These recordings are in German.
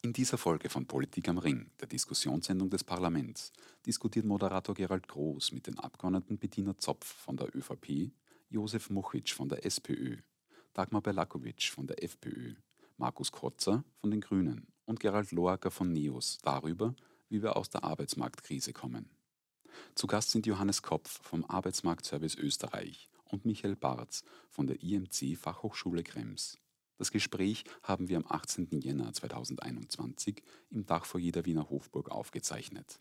In dieser Folge von Politik am Ring, der Diskussionssendung des Parlaments, diskutiert Moderator Gerald Groß mit den Abgeordneten Bettina Zopf von der ÖVP, Josef Muchitsch von der SPÖ, Dagmar Belakovic von der FPÖ, Markus Kotzer von den Grünen und Gerald Loacker von NEOS darüber, wie wir aus der Arbeitsmarktkrise kommen. Zu Gast sind Johannes Kopf vom Arbeitsmarktservice Österreich und Michael Barz von der IMC Fachhochschule Krems. Das Gespräch haben wir am 18. Jänner 2021 im Dachfoyer der Wiener Hofburg aufgezeichnet.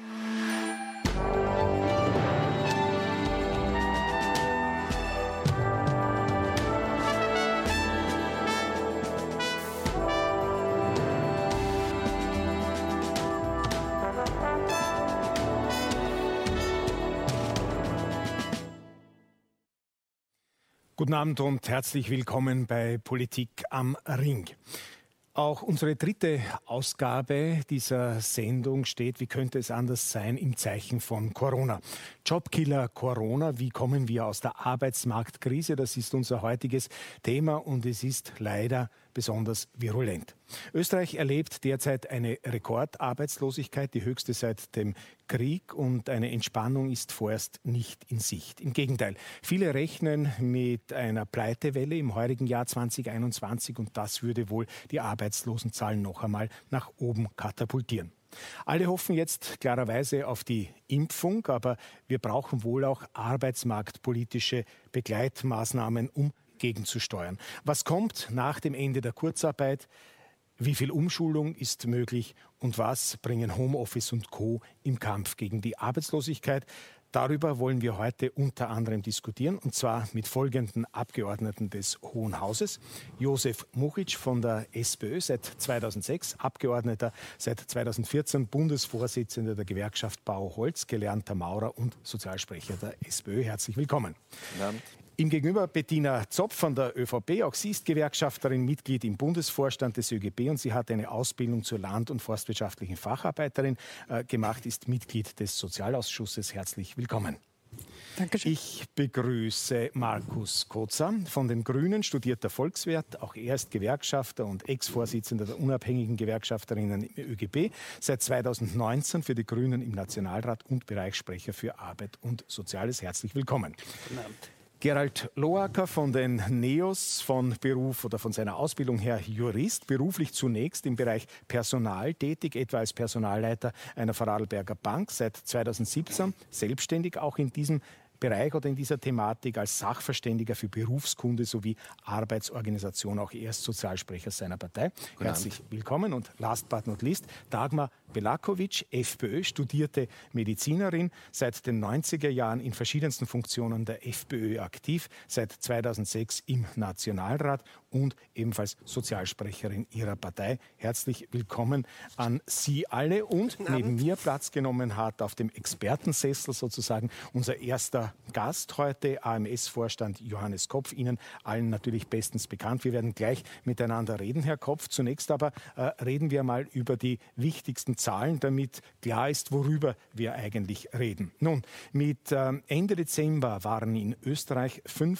Guten Abend und herzlich willkommen bei Politik am Ring. Auch unsere dritte Ausgabe dieser Sendung steht, wie könnte es anders sein, im Zeichen von Corona. Jobkiller Corona, wie kommen wir aus der Arbeitsmarktkrise? Das ist unser heutiges Thema und es ist leider besonders virulent. Österreich erlebt derzeit eine Rekordarbeitslosigkeit, die höchste seit dem Krieg, und eine Entspannung ist vorerst nicht in Sicht. Im Gegenteil, viele rechnen mit einer Pleitewelle im heurigen Jahr 2021 und das würde wohl die Arbeitslosenzahlen noch einmal nach oben katapultieren. Alle hoffen jetzt klarerweise auf die Impfung, aber wir brauchen wohl auch arbeitsmarktpolitische Begleitmaßnahmen, um gegenzusteuern. Was kommt nach dem Ende der Kurzarbeit? Wie viel Umschulung ist möglich und was bringen Homeoffice und Co. im Kampf gegen die Arbeitslosigkeit? Darüber wollen wir heute unter anderem diskutieren, und zwar mit folgenden Abgeordneten des Hohen Hauses. Josef Muchitsch von der SPÖ, seit 2006 Abgeordneter, seit 2014 Bundesvorsitzender der Gewerkschaft Bau-Holz, gelernter Maurer und Sozialsprecher der SPÖ. Herzlich willkommen. Guten Abend. Ihm gegenüber Bettina Zopf von der ÖVP. Auch sie ist Gewerkschafterin, Mitglied im Bundesvorstand des ÖGB und sie hat eine Ausbildung zur Land- und forstwirtschaftlichen Facharbeiterin gemacht, ist Mitglied des Sozialausschusses. Herzlich willkommen. Dankeschön. Ich begrüße Markus Kotzer von den Grünen, studierter Volkswirt. Auch er ist Gewerkschafter und Ex-Vorsitzender der unabhängigen Gewerkschafterinnen im ÖGB. Seit 2019 für die Grünen im Nationalrat und Bereichssprecher für Arbeit und Soziales. Herzlich willkommen. Guten Abend. Gerald Loacker von den NEOS, von Beruf oder von seiner Ausbildung her Jurist, beruflich zunächst im Bereich Personal tätig, etwa als Personalleiter einer Vorarlberger Bank, seit 2017 selbstständig auch in diesem Bereich oder in dieser Thematik als Sachverständiger für Berufskunde sowie Arbeitsorganisation. Auch er ist Sozialsprecher seiner Partei. Herzlich willkommen. Und last but not least, Dagmar Belakovic, FPÖ, studierte Medizinerin, seit den 90er Jahren in verschiedensten Funktionen der FPÖ aktiv, seit 2006 im Nationalrat und ebenfalls Sozialsprecherin ihrer Partei. Herzlich willkommen an Sie alle. Und neben mir Platz genommen hat auf dem Expertensessel sozusagen unser erster Gast heute, AMS-Vorstand Johannes Kopf, Ihnen allen natürlich bestens bekannt. Wir werden gleich miteinander reden, Herr Kopf. Zunächst aber reden wir mal über die wichtigsten Zahlen, damit klar ist, worüber wir eigentlich reden. Nun, mit Ende Dezember waren in Österreich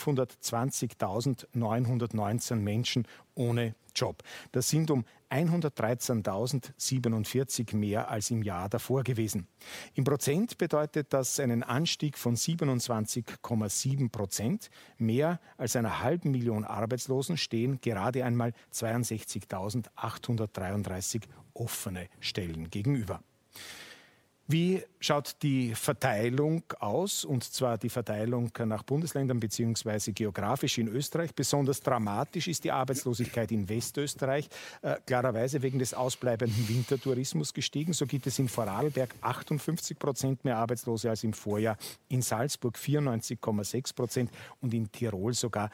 520.919 Menschen ohne Job. Das sind um 113.047 mehr als im Jahr davor gewesen. Im Prozent bedeutet das einen Anstieg von 27,7%. Mehr als einer halben Million Arbeitslosen stehen gerade einmal 62.833 offene Stellen gegenüber. Wie schaut die Verteilung aus, und zwar die Verteilung nach Bundesländern bzw. geografisch in Österreich? Besonders dramatisch ist die Arbeitslosigkeit in Westösterreich, klarerweise wegen des ausbleibenden Wintertourismus gestiegen. So gibt es in Vorarlberg 58% mehr Arbeitslose als im Vorjahr, in Salzburg 94,6% und in Tirol sogar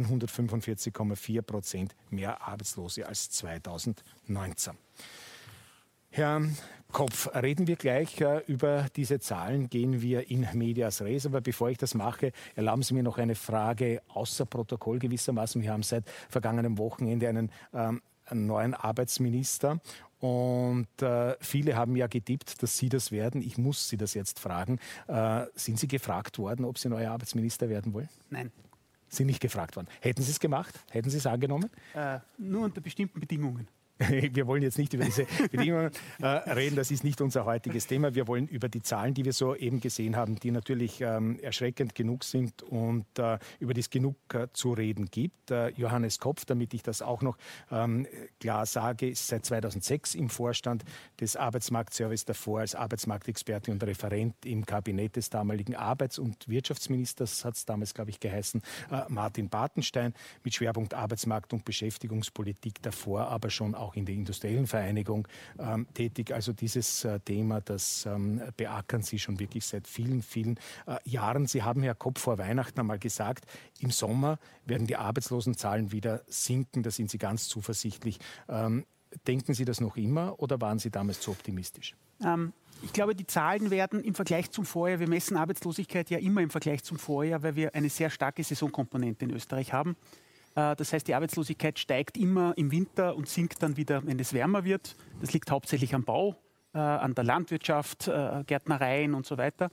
145,4% mehr Arbeitslose als 2019. Herr Kopf, reden wir gleich über diese Zahlen, gehen wir in medias res. Aber bevor ich das mache, erlauben Sie mir noch eine Frage außer Protokoll gewissermaßen. Wir haben seit vergangenem Wochenende einen neuen Arbeitsminister und viele haben ja getippt, dass Sie das werden. Ich muss Sie das jetzt fragen. Sind Sie gefragt worden, ob Sie neuer Arbeitsminister werden wollen? Nein. Sind nicht gefragt worden. Hätten Sie es gemacht? Hätten Sie es angenommen? Nur unter bestimmten Bedingungen. Wir wollen jetzt nicht über diese Bedingungen reden, das ist nicht unser heutiges Thema. Wir wollen über die Zahlen, die wir so eben gesehen haben, die natürlich erschreckend genug sind und über die es genug zu reden gibt. Johannes Kopf, damit ich das auch noch klar sage, ist seit 2006 im Vorstand des Arbeitsmarktservice, davor als Arbeitsmarktexperte und Referent im Kabinett des damaligen Arbeits- und Wirtschaftsministers, hat es damals, glaube ich, geheißen, Martin Bartenstein, mit Schwerpunkt Arbeitsmarkt- und Beschäftigungspolitik, davor aber schon auch in der industriellen Vereinigung tätig. Also dieses Thema, das beackern Sie schon wirklich seit vielen, vielen Jahren. Sie haben, Herr Kopf, vor Weihnachten einmal gesagt, im Sommer werden die Arbeitslosenzahlen wieder sinken. Da sind Sie ganz zuversichtlich. Denken Sie das noch immer oder waren Sie damals zu optimistisch? Ich glaube, die Zahlen werden im Vergleich zum Vorjahr, wir messen Arbeitslosigkeit ja immer im Vergleich zum Vorjahr, weil wir eine sehr starke Saisonkomponente in Österreich haben. Das heißt, die Arbeitslosigkeit steigt immer im Winter und sinkt dann wieder, wenn es wärmer wird. Das liegt hauptsächlich am Bau, an der Landwirtschaft, Gärtnereien und so weiter.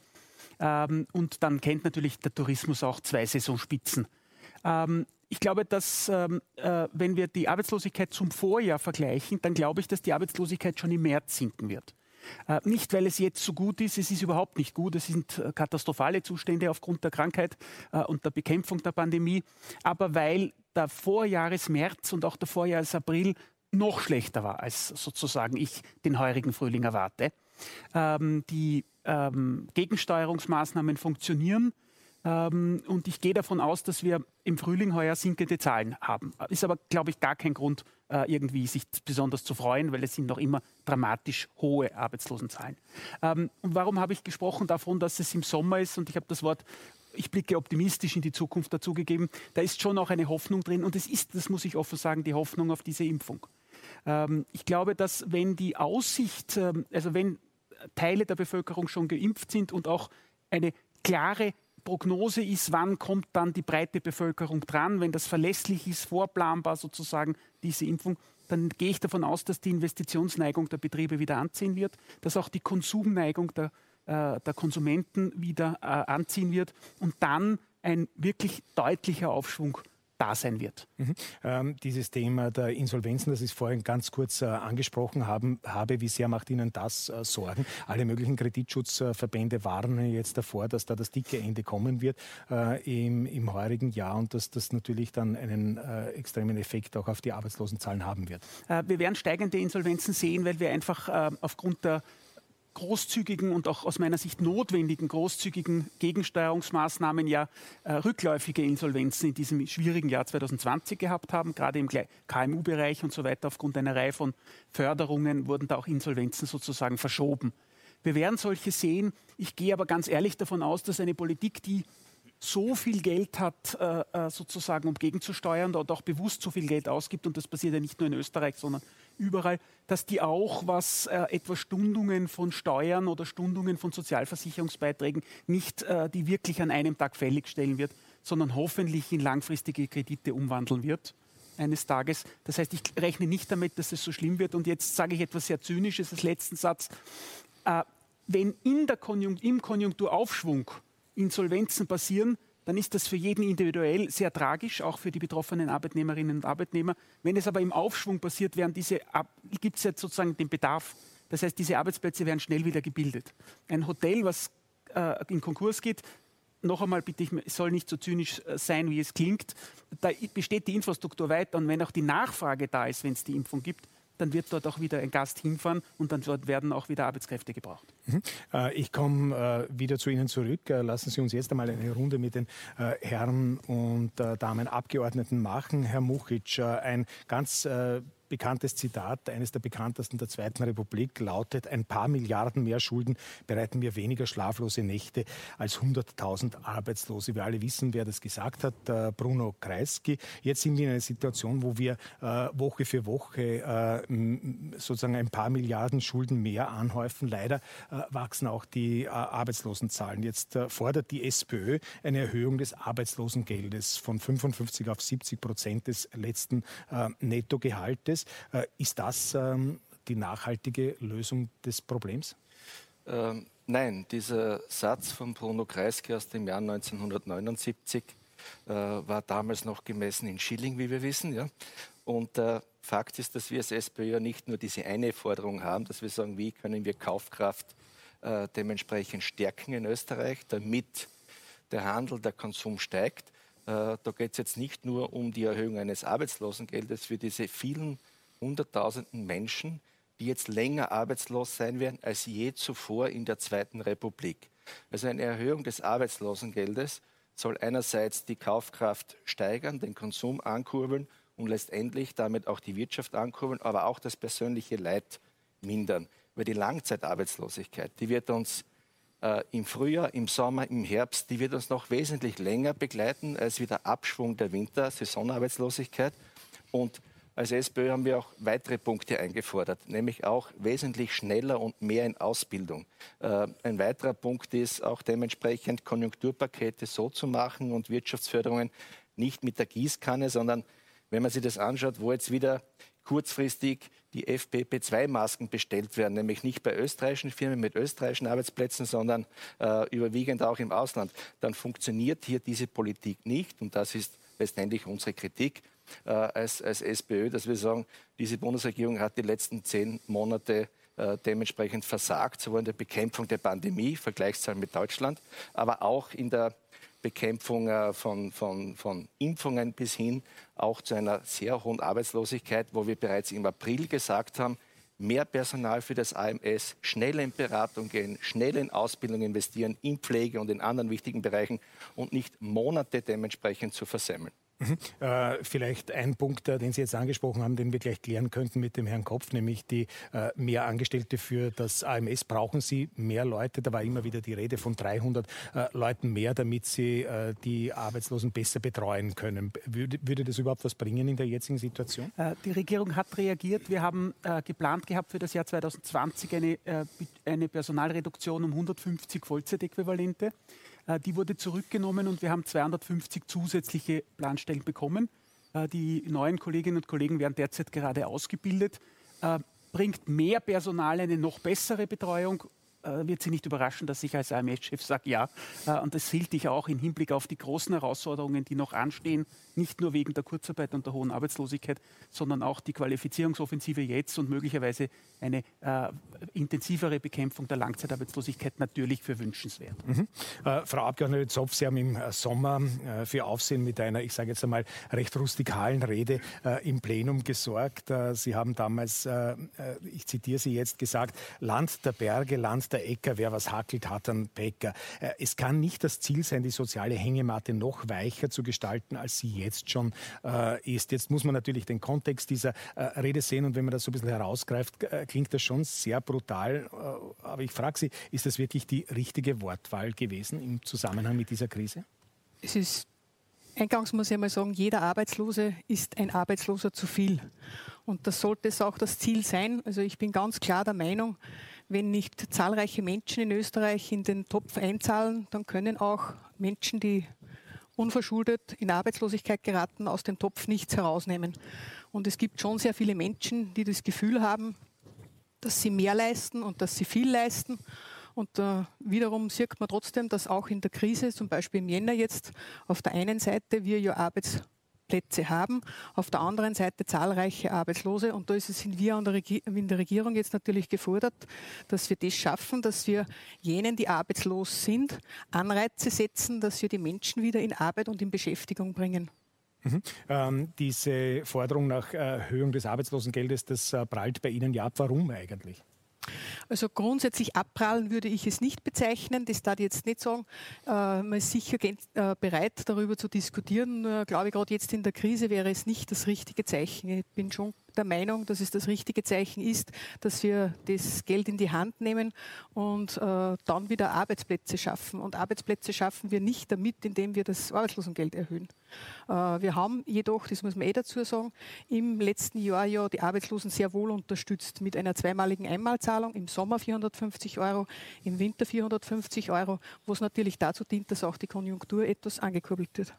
Und dann kennt natürlich der Tourismus auch zwei Saisonspitzen. Ich glaube, dass wenn wir die Arbeitslosigkeit zum Vorjahr vergleichen, dann glaube ich, dass die Arbeitslosigkeit schon im März sinken wird. Nicht, weil es jetzt so gut ist, es ist überhaupt nicht gut, es sind katastrophale Zustände aufgrund der Krankheit und der Bekämpfung der Pandemie, aber weil der Vorjahresmärz und auch der Vorjahresapril noch schlechter war, als sozusagen ich den heurigen Frühling erwarte. Die Gegensteuerungsmaßnahmen funktionieren. Und ich gehe davon aus, dass wir im Frühling heuer sinkende Zahlen haben. Ist aber, glaube ich, gar kein Grund, irgendwie sich besonders zu freuen, weil es sind noch immer dramatisch hohe Arbeitslosenzahlen. Und warum habe ich gesprochen davon, dass es im Sommer ist? Und ich habe das Wort, ich blicke optimistisch in die Zukunft dazugegeben. Da ist schon auch eine Hoffnung drin. Und es ist, das muss ich offen sagen, die Hoffnung auf diese Impfung. Ich glaube, dass wenn die Aussicht, also wenn Teile der Bevölkerung schon geimpft sind und auch eine klare Prognose ist, wann kommt dann die breite Bevölkerung dran, wenn das verlässlich ist, vorplanbar sozusagen diese Impfung, dann gehe ich davon aus, dass die Investitionsneigung der Betriebe wieder anziehen wird, dass auch die Konsumneigung der Konsumenten wieder anziehen wird und dann ein wirklich deutlicher Aufschwung da sein wird. Dieses Thema der Insolvenzen, das ich vorhin ganz kurz angesprochen habe, wie sehr macht Ihnen das Sorgen? Alle möglichen Kreditschutzverbände warnen jetzt davor, dass da das dicke Ende kommen wird im heurigen Jahr und dass das natürlich dann einen extremen Effekt auch auf die Arbeitslosenzahlen haben wird. Wir werden steigende Insolvenzen sehen, weil wir einfach aufgrund der großzügigen und auch aus meiner Sicht notwendigen großzügigen Gegensteuerungsmaßnahmen ja rückläufige Insolvenzen in diesem schwierigen Jahr 2020 gehabt haben. Gerade im KMU-Bereich und so weiter aufgrund einer Reihe von Förderungen wurden da auch Insolvenzen sozusagen verschoben. Wir werden solche sehen. Ich gehe aber ganz ehrlich davon aus, dass eine Politik, die so viel Geld hat, sozusagen, um gegenzusteuern und auch bewusst so viel Geld ausgibt, und das passiert ja nicht nur in Österreich, sondern überall, dass die auch, was etwa Stundungen von Steuern oder Stundungen von Sozialversicherungsbeiträgen nicht die wirklich an einem Tag fällig stellen wird, sondern hoffentlich in langfristige Kredite umwandeln wird eines Tages. Das heißt, ich rechne nicht damit, dass es so schlimm wird. Und jetzt sage ich etwas sehr Zynisches als letzten Satz. Wenn im Konjunkturaufschwung Insolvenzen passieren, dann ist das für jeden individuell sehr tragisch, auch für die betroffenen Arbeitnehmerinnen und Arbeitnehmer. Wenn es aber im Aufschwung passiert, gibt es jetzt sozusagen den Bedarf. Das heißt, diese Arbeitsplätze werden schnell wieder gebildet. Ein Hotel, was in Konkurs geht, noch einmal bitte, es soll nicht so zynisch sein, wie es klingt, da besteht die Infrastruktur weiter und wenn auch die Nachfrage da ist, wenn es die Impfung gibt, dann wird dort auch wieder ein Gast hinfahren und dann dort werden auch wieder Arbeitskräfte gebraucht. Ich komme wieder zu Ihnen zurück. Lassen Sie uns jetzt einmal eine Runde mit den Herren und Damen Abgeordneten machen. Herr Muchic, ein ganz bekanntes Zitat, eines der bekanntesten der Zweiten Republik, lautet: Ein paar Milliarden mehr Schulden bereiten mir weniger schlaflose Nächte als 100.000 Arbeitslose. Wir alle wissen, wer das gesagt hat, Bruno Kreisky. Jetzt sind wir in einer Situation, wo wir Woche für Woche sozusagen ein paar Milliarden Schulden mehr anhäufen. Leider wachsen auch die Arbeitslosenzahlen. Jetzt fordert die SPÖ eine Erhöhung des Arbeitslosengeldes von 55 auf 70% des letzten Nettogehaltes. Ist das die nachhaltige Lösung des Problems? Nein, dieser Satz von Bruno Kreisky aus dem Jahr 1979 war damals noch gemessen in Schilling, wie wir wissen. Ja? Und Fakt ist, dass wir als SPÖ ja nicht nur diese eine Forderung haben, dass wir sagen, wie können wir Kaufkraft dementsprechend stärken in Österreich, damit der Handel, der Konsum steigt. Da geht es jetzt nicht nur um die Erhöhung eines Arbeitslosengeldes für diese vielen hunderttausenden Menschen, die jetzt länger arbeitslos sein werden als je zuvor in der Zweiten Republik. Also eine Erhöhung des Arbeitslosengeldes soll einerseits die Kaufkraft steigern, den Konsum ankurbeln und letztendlich damit auch die Wirtschaft ankurbeln, aber auch das persönliche Leid mindern. Weil die Langzeitarbeitslosigkeit, die wird uns im Frühjahr, im Sommer, im Herbst, die wird uns noch wesentlich länger begleiten als wie der Abschwung der Winter-Saisonarbeitslosigkeit. Und als SPÖ haben wir auch weitere Punkte eingefordert, nämlich auch wesentlich schneller und mehr in Ausbildung. Ein weiterer Punkt ist auch dementsprechend Konjunkturpakete so zu machen und Wirtschaftsförderungen nicht mit der Gießkanne, sondern wenn man sich das anschaut, wo jetzt wieder kurzfristig die FFP2-Masken bestellt werden, nämlich nicht bei österreichischen Firmen mit österreichischen Arbeitsplätzen, sondern überwiegend auch im Ausland, dann funktioniert hier diese Politik nicht. Und das ist letztendlich unsere Kritik als SPÖ, dass wir sagen, diese Bundesregierung hat die letzten 10 Monate dementsprechend versagt, sowohl in der Bekämpfung der Pandemie, Vergleichszahlen mit Deutschland, aber auch in der Bekämpfung von Impfungen bis hin auch zu einer sehr hohen Arbeitslosigkeit, wo wir bereits im April gesagt haben, mehr Personal für das AMS, schnell in Beratung gehen, schnell in Ausbildung investieren, in Pflege und in anderen wichtigen Bereichen und nicht Monate dementsprechend zu versemmeln. Vielleicht ein Punkt, den Sie jetzt angesprochen haben, den wir gleich klären könnten mit dem Herrn Kopf, nämlich die mehr Angestellte für das AMS. Brauchen Sie mehr Leute? Da war immer wieder die Rede von 300 Leuten mehr, damit Sie die Arbeitslosen besser betreuen können. Würde das überhaupt was bringen in der jetzigen Situation? Die Regierung hat reagiert. Wir haben geplant gehabt für das Jahr 2020 eine Personalreduktion um 150 Vollzeitäquivalente. Die wurde zurückgenommen und wir haben 250 zusätzliche Planstellen bekommen. Die neuen Kolleginnen und Kollegen werden derzeit gerade ausgebildet. Bringt mehr Personal eine noch bessere Betreuung. Wird Sie nicht überraschen, dass ich als AMS-Chef sage, ja. Und das hielt ich auch im Hinblick auf die großen Herausforderungen, die noch anstehen, nicht nur wegen der Kurzarbeit und der hohen Arbeitslosigkeit, sondern auch die Qualifizierungsoffensive jetzt und möglicherweise eine intensivere Bekämpfung der Langzeitarbeitslosigkeit natürlich für wünschenswert. Frau Abgeordnete Zopf, Sie haben im Sommer für Aufsehen mit einer, ich sage jetzt einmal, recht rustikalen Rede im Plenum gesorgt. Sie haben damals, ich zitiere Sie jetzt, gesagt, Land der Berge, Land der Äcker, wer was hackelt, hat einen Bäcker. Es kann nicht das Ziel sein, die soziale Hängematte noch weicher zu gestalten, als sie jetzt schon ist. Jetzt muss man natürlich den Kontext dieser Rede sehen und wenn man das so ein bisschen herausgreift, klingt das schon sehr brutal. Aber ich frage Sie, ist das wirklich die richtige Wortwahl gewesen im Zusammenhang mit dieser Krise? Es ist, eingangs muss ich einmal sagen, jeder Arbeitslose ist ein Arbeitsloser zu viel. Und das sollte es auch das Ziel sein. Also ich bin ganz klar der Meinung, wenn nicht zahlreiche Menschen in Österreich in den Topf einzahlen, dann können auch Menschen, die unverschuldet in Arbeitslosigkeit geraten, aus dem Topf nichts herausnehmen. Und es gibt schon sehr viele Menschen, die das Gefühl haben, dass sie mehr leisten und dass sie viel leisten. Und wiederum sieht man trotzdem, dass auch in der Krise, zum Beispiel im Jänner jetzt, auf der einen Seite wir ja Arbeitsplätze haben, auf der anderen Seite zahlreiche Arbeitslose. Und da sind wir in der Regierung jetzt natürlich gefordert, dass wir das schaffen, dass wir jenen, die arbeitslos sind, Anreize setzen, dass wir die Menschen wieder in Arbeit und in Beschäftigung bringen. Diese Forderung nach Erhöhung des Arbeitslosengeldes, das prallt bei Ihnen ja ab. Warum eigentlich? Also grundsätzlich abprallen würde ich es nicht bezeichnen. Das darf ich jetzt nicht sagen. Man ist sicher bereit, darüber zu diskutieren. Nur glaube ich, gerade jetzt in der Krise wäre es nicht das richtige Zeichen. Ich bin schon der Meinung, dass es das richtige Zeichen ist, dass wir das Geld in die Hand nehmen und dann wieder Arbeitsplätze schaffen. Und Arbeitsplätze schaffen wir nicht damit, indem wir das Arbeitslosengeld erhöhen. Wir haben jedoch, das muss man dazu sagen, im letzten Jahr ja die Arbeitslosen sehr wohl unterstützt mit einer zweimaligen Einmalzahlung, im Sommer 450 €, im Winter 450 €, wo es natürlich dazu dient, dass auch die Konjunktur etwas angekurbelt wird.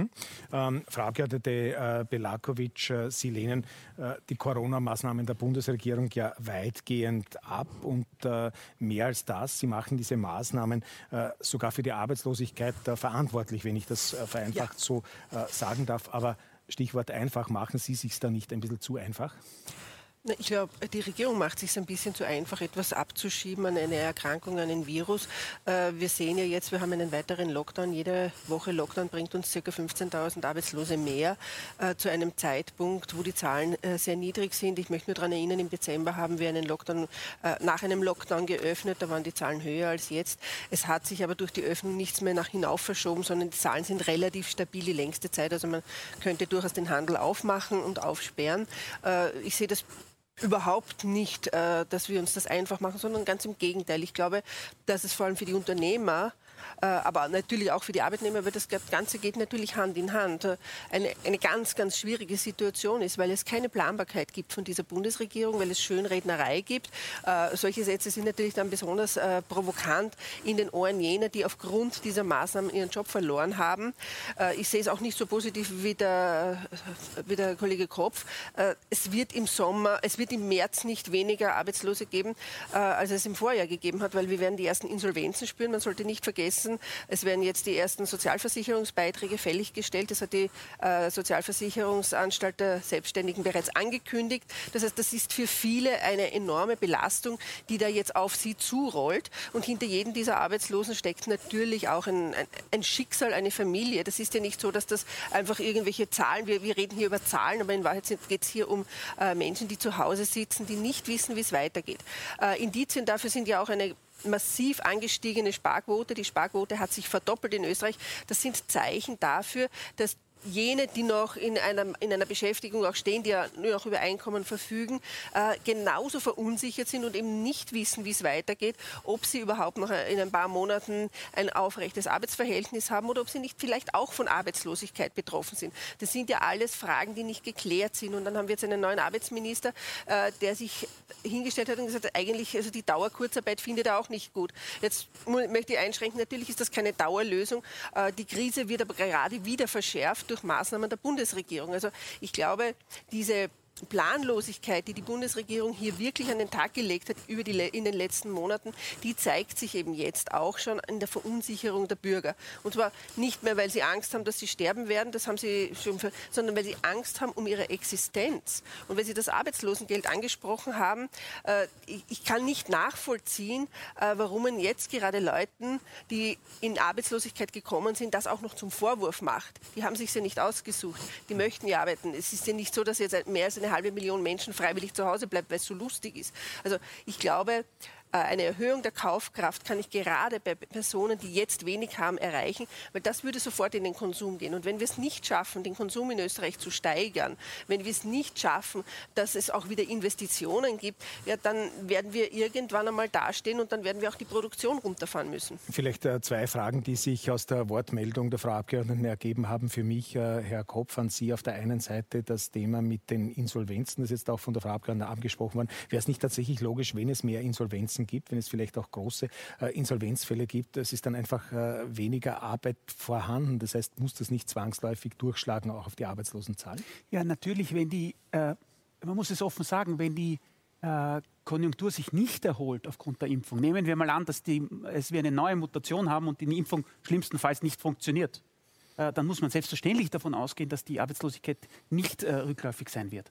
Frau Abgeordnete Belakovic, Sie lehnen die Corona-Maßnahmen der Bundesregierung ja weitgehend ab und mehr als das, Sie machen diese Maßnahmen sogar für die Arbeitslosigkeit verantwortlich, wenn ich das vereinfacht so sagen darf. Aber Stichwort einfach, machen Sie sich da nicht ein bisschen zu einfach? Ich glaube, die Regierung macht es sich ein bisschen zu einfach, etwas abzuschieben an eine Erkrankung, an ein Virus. Wir sehen ja jetzt, wir haben einen weiteren Lockdown. Jede Woche Lockdown bringt uns ca. 15.000 Arbeitslose mehr zu einem Zeitpunkt, wo die Zahlen sehr niedrig sind. Ich möchte nur daran erinnern, im Dezember haben wir nach einem Lockdown geöffnet. Da waren die Zahlen höher als jetzt. Es hat sich aber durch die Öffnung nichts mehr nach hinauf verschoben, sondern die Zahlen sind relativ stabil die längste Zeit. Also man könnte durchaus den Handel aufmachen und aufsperren. Ich sehe das überhaupt nicht, dass wir uns das einfach machen, sondern ganz im Gegenteil. Ich glaube, dass es vor allem für die Unternehmer, aber natürlich auch für die Arbeitnehmer, weil das Ganze geht natürlich Hand in Hand, eine ganz, ganz schwierige Situation ist, weil es keine Planbarkeit gibt von dieser Bundesregierung, weil es Schönrednerei gibt. Solche Sätze sind natürlich dann besonders provokant in den Ohren jener, die aufgrund dieser Maßnahmen ihren Job verloren haben. Ich sehe es auch nicht so positiv wie der Kollege Kropf. Es wird im März nicht weniger Arbeitslose geben, als es im Vorjahr gegeben hat, weil wir werden die ersten Insolvenzen spüren. Man sollte nicht vergessen, es werden jetzt die ersten Sozialversicherungsbeiträge fällig gestellt. Das hat die Sozialversicherungsanstalt der Selbstständigen bereits angekündigt. Das heißt, das ist für viele eine enorme Belastung, die da jetzt auf sie zurollt. Und hinter jedem dieser Arbeitslosen steckt natürlich auch ein Schicksal, eine Familie. Das ist ja nicht so, dass das einfach irgendwelche Zahlen, wir reden hier über Zahlen, aber in Wahrheit geht es hier um Menschen, die zu Hause sitzen, die nicht wissen, wie es weitergeht. Indizien dafür sind ja auch eine massiv angestiegene Sparquote. Die Sparquote hat sich verdoppelt in Österreich. Das sind Zeichen dafür, dass jene, die noch in einer Beschäftigung auch stehen, die ja nur noch über Einkommen verfügen, genauso verunsichert sind und eben nicht wissen, wie es weitergeht, ob sie überhaupt noch in ein paar Monaten ein aufrechtes Arbeitsverhältnis haben oder ob sie nicht vielleicht auch von Arbeitslosigkeit betroffen sind. Das sind ja alles Fragen, die nicht geklärt sind. Und dann haben wir jetzt einen neuen Arbeitsminister, der sich hingestellt hat und gesagt hat, eigentlich, also die Dauerkurzarbeit findet er auch nicht gut. Jetzt möchte ich einschränken, natürlich ist das keine Dauerlösung. Die Krise wird aber gerade wieder verschärft durch Maßnahmen der Bundesregierung. Also ich glaube, diese Planlosigkeit, die die Bundesregierung hier wirklich an den Tag gelegt hat in den letzten Monaten, die zeigt sich eben jetzt auch schon in der Verunsicherung der Bürger. Und zwar nicht mehr, weil sie Angst haben, dass sie sterben werden, das haben sie schon, sondern weil sie Angst haben um ihre Existenz. Und weil Sie das Arbeitslosengeld angesprochen haben, ich kann nicht nachvollziehen, warum man jetzt gerade Leuten, die in Arbeitslosigkeit gekommen sind, das auch noch zum Vorwurf macht. Die haben sich ja nicht ausgesucht. Die möchten ja arbeiten. Es ist ja nicht so, dass jetzt mehr als eine halbe Million Menschen freiwillig zu Hause bleibt, weil es so lustig ist. Also ich glaube, eine Erhöhung der Kaufkraft kann ich gerade bei Personen, die jetzt wenig haben, erreichen, weil das würde sofort in den Konsum gehen. Und wenn wir es nicht schaffen, den Konsum in Österreich zu steigern, wenn wir es nicht schaffen, dass es auch wieder Investitionen gibt, ja, dann werden wir irgendwann einmal dastehen und dann werden wir auch die Produktion runterfahren müssen. Vielleicht zwei Fragen, die sich aus der Wortmeldung der Frau Abgeordneten ergeben haben. Für mich, Herr Kopf, an Sie auf der einen Seite das Thema mit den Insolvenzen, das ist jetzt auch von der Frau Abgeordneten angesprochen worden. Wäre es nicht tatsächlich logisch, wenn es mehr Insolvenzen gibt, wenn es vielleicht auch große Insolvenzfälle gibt, es ist dann einfach weniger Arbeit vorhanden. Das heißt, muss das nicht zwangsläufig durchschlagen auch auf die Arbeitslosenzahlen? Ja, natürlich, wenn man muss es offen sagen, wenn die Konjunktur sich nicht erholt aufgrund der Impfung. Nehmen wir mal an, dass wir eine neue Mutation haben und die Impfung schlimmstenfalls nicht funktioniert. Dann muss man selbstverständlich davon ausgehen, dass die Arbeitslosigkeit nicht rückläufig sein wird.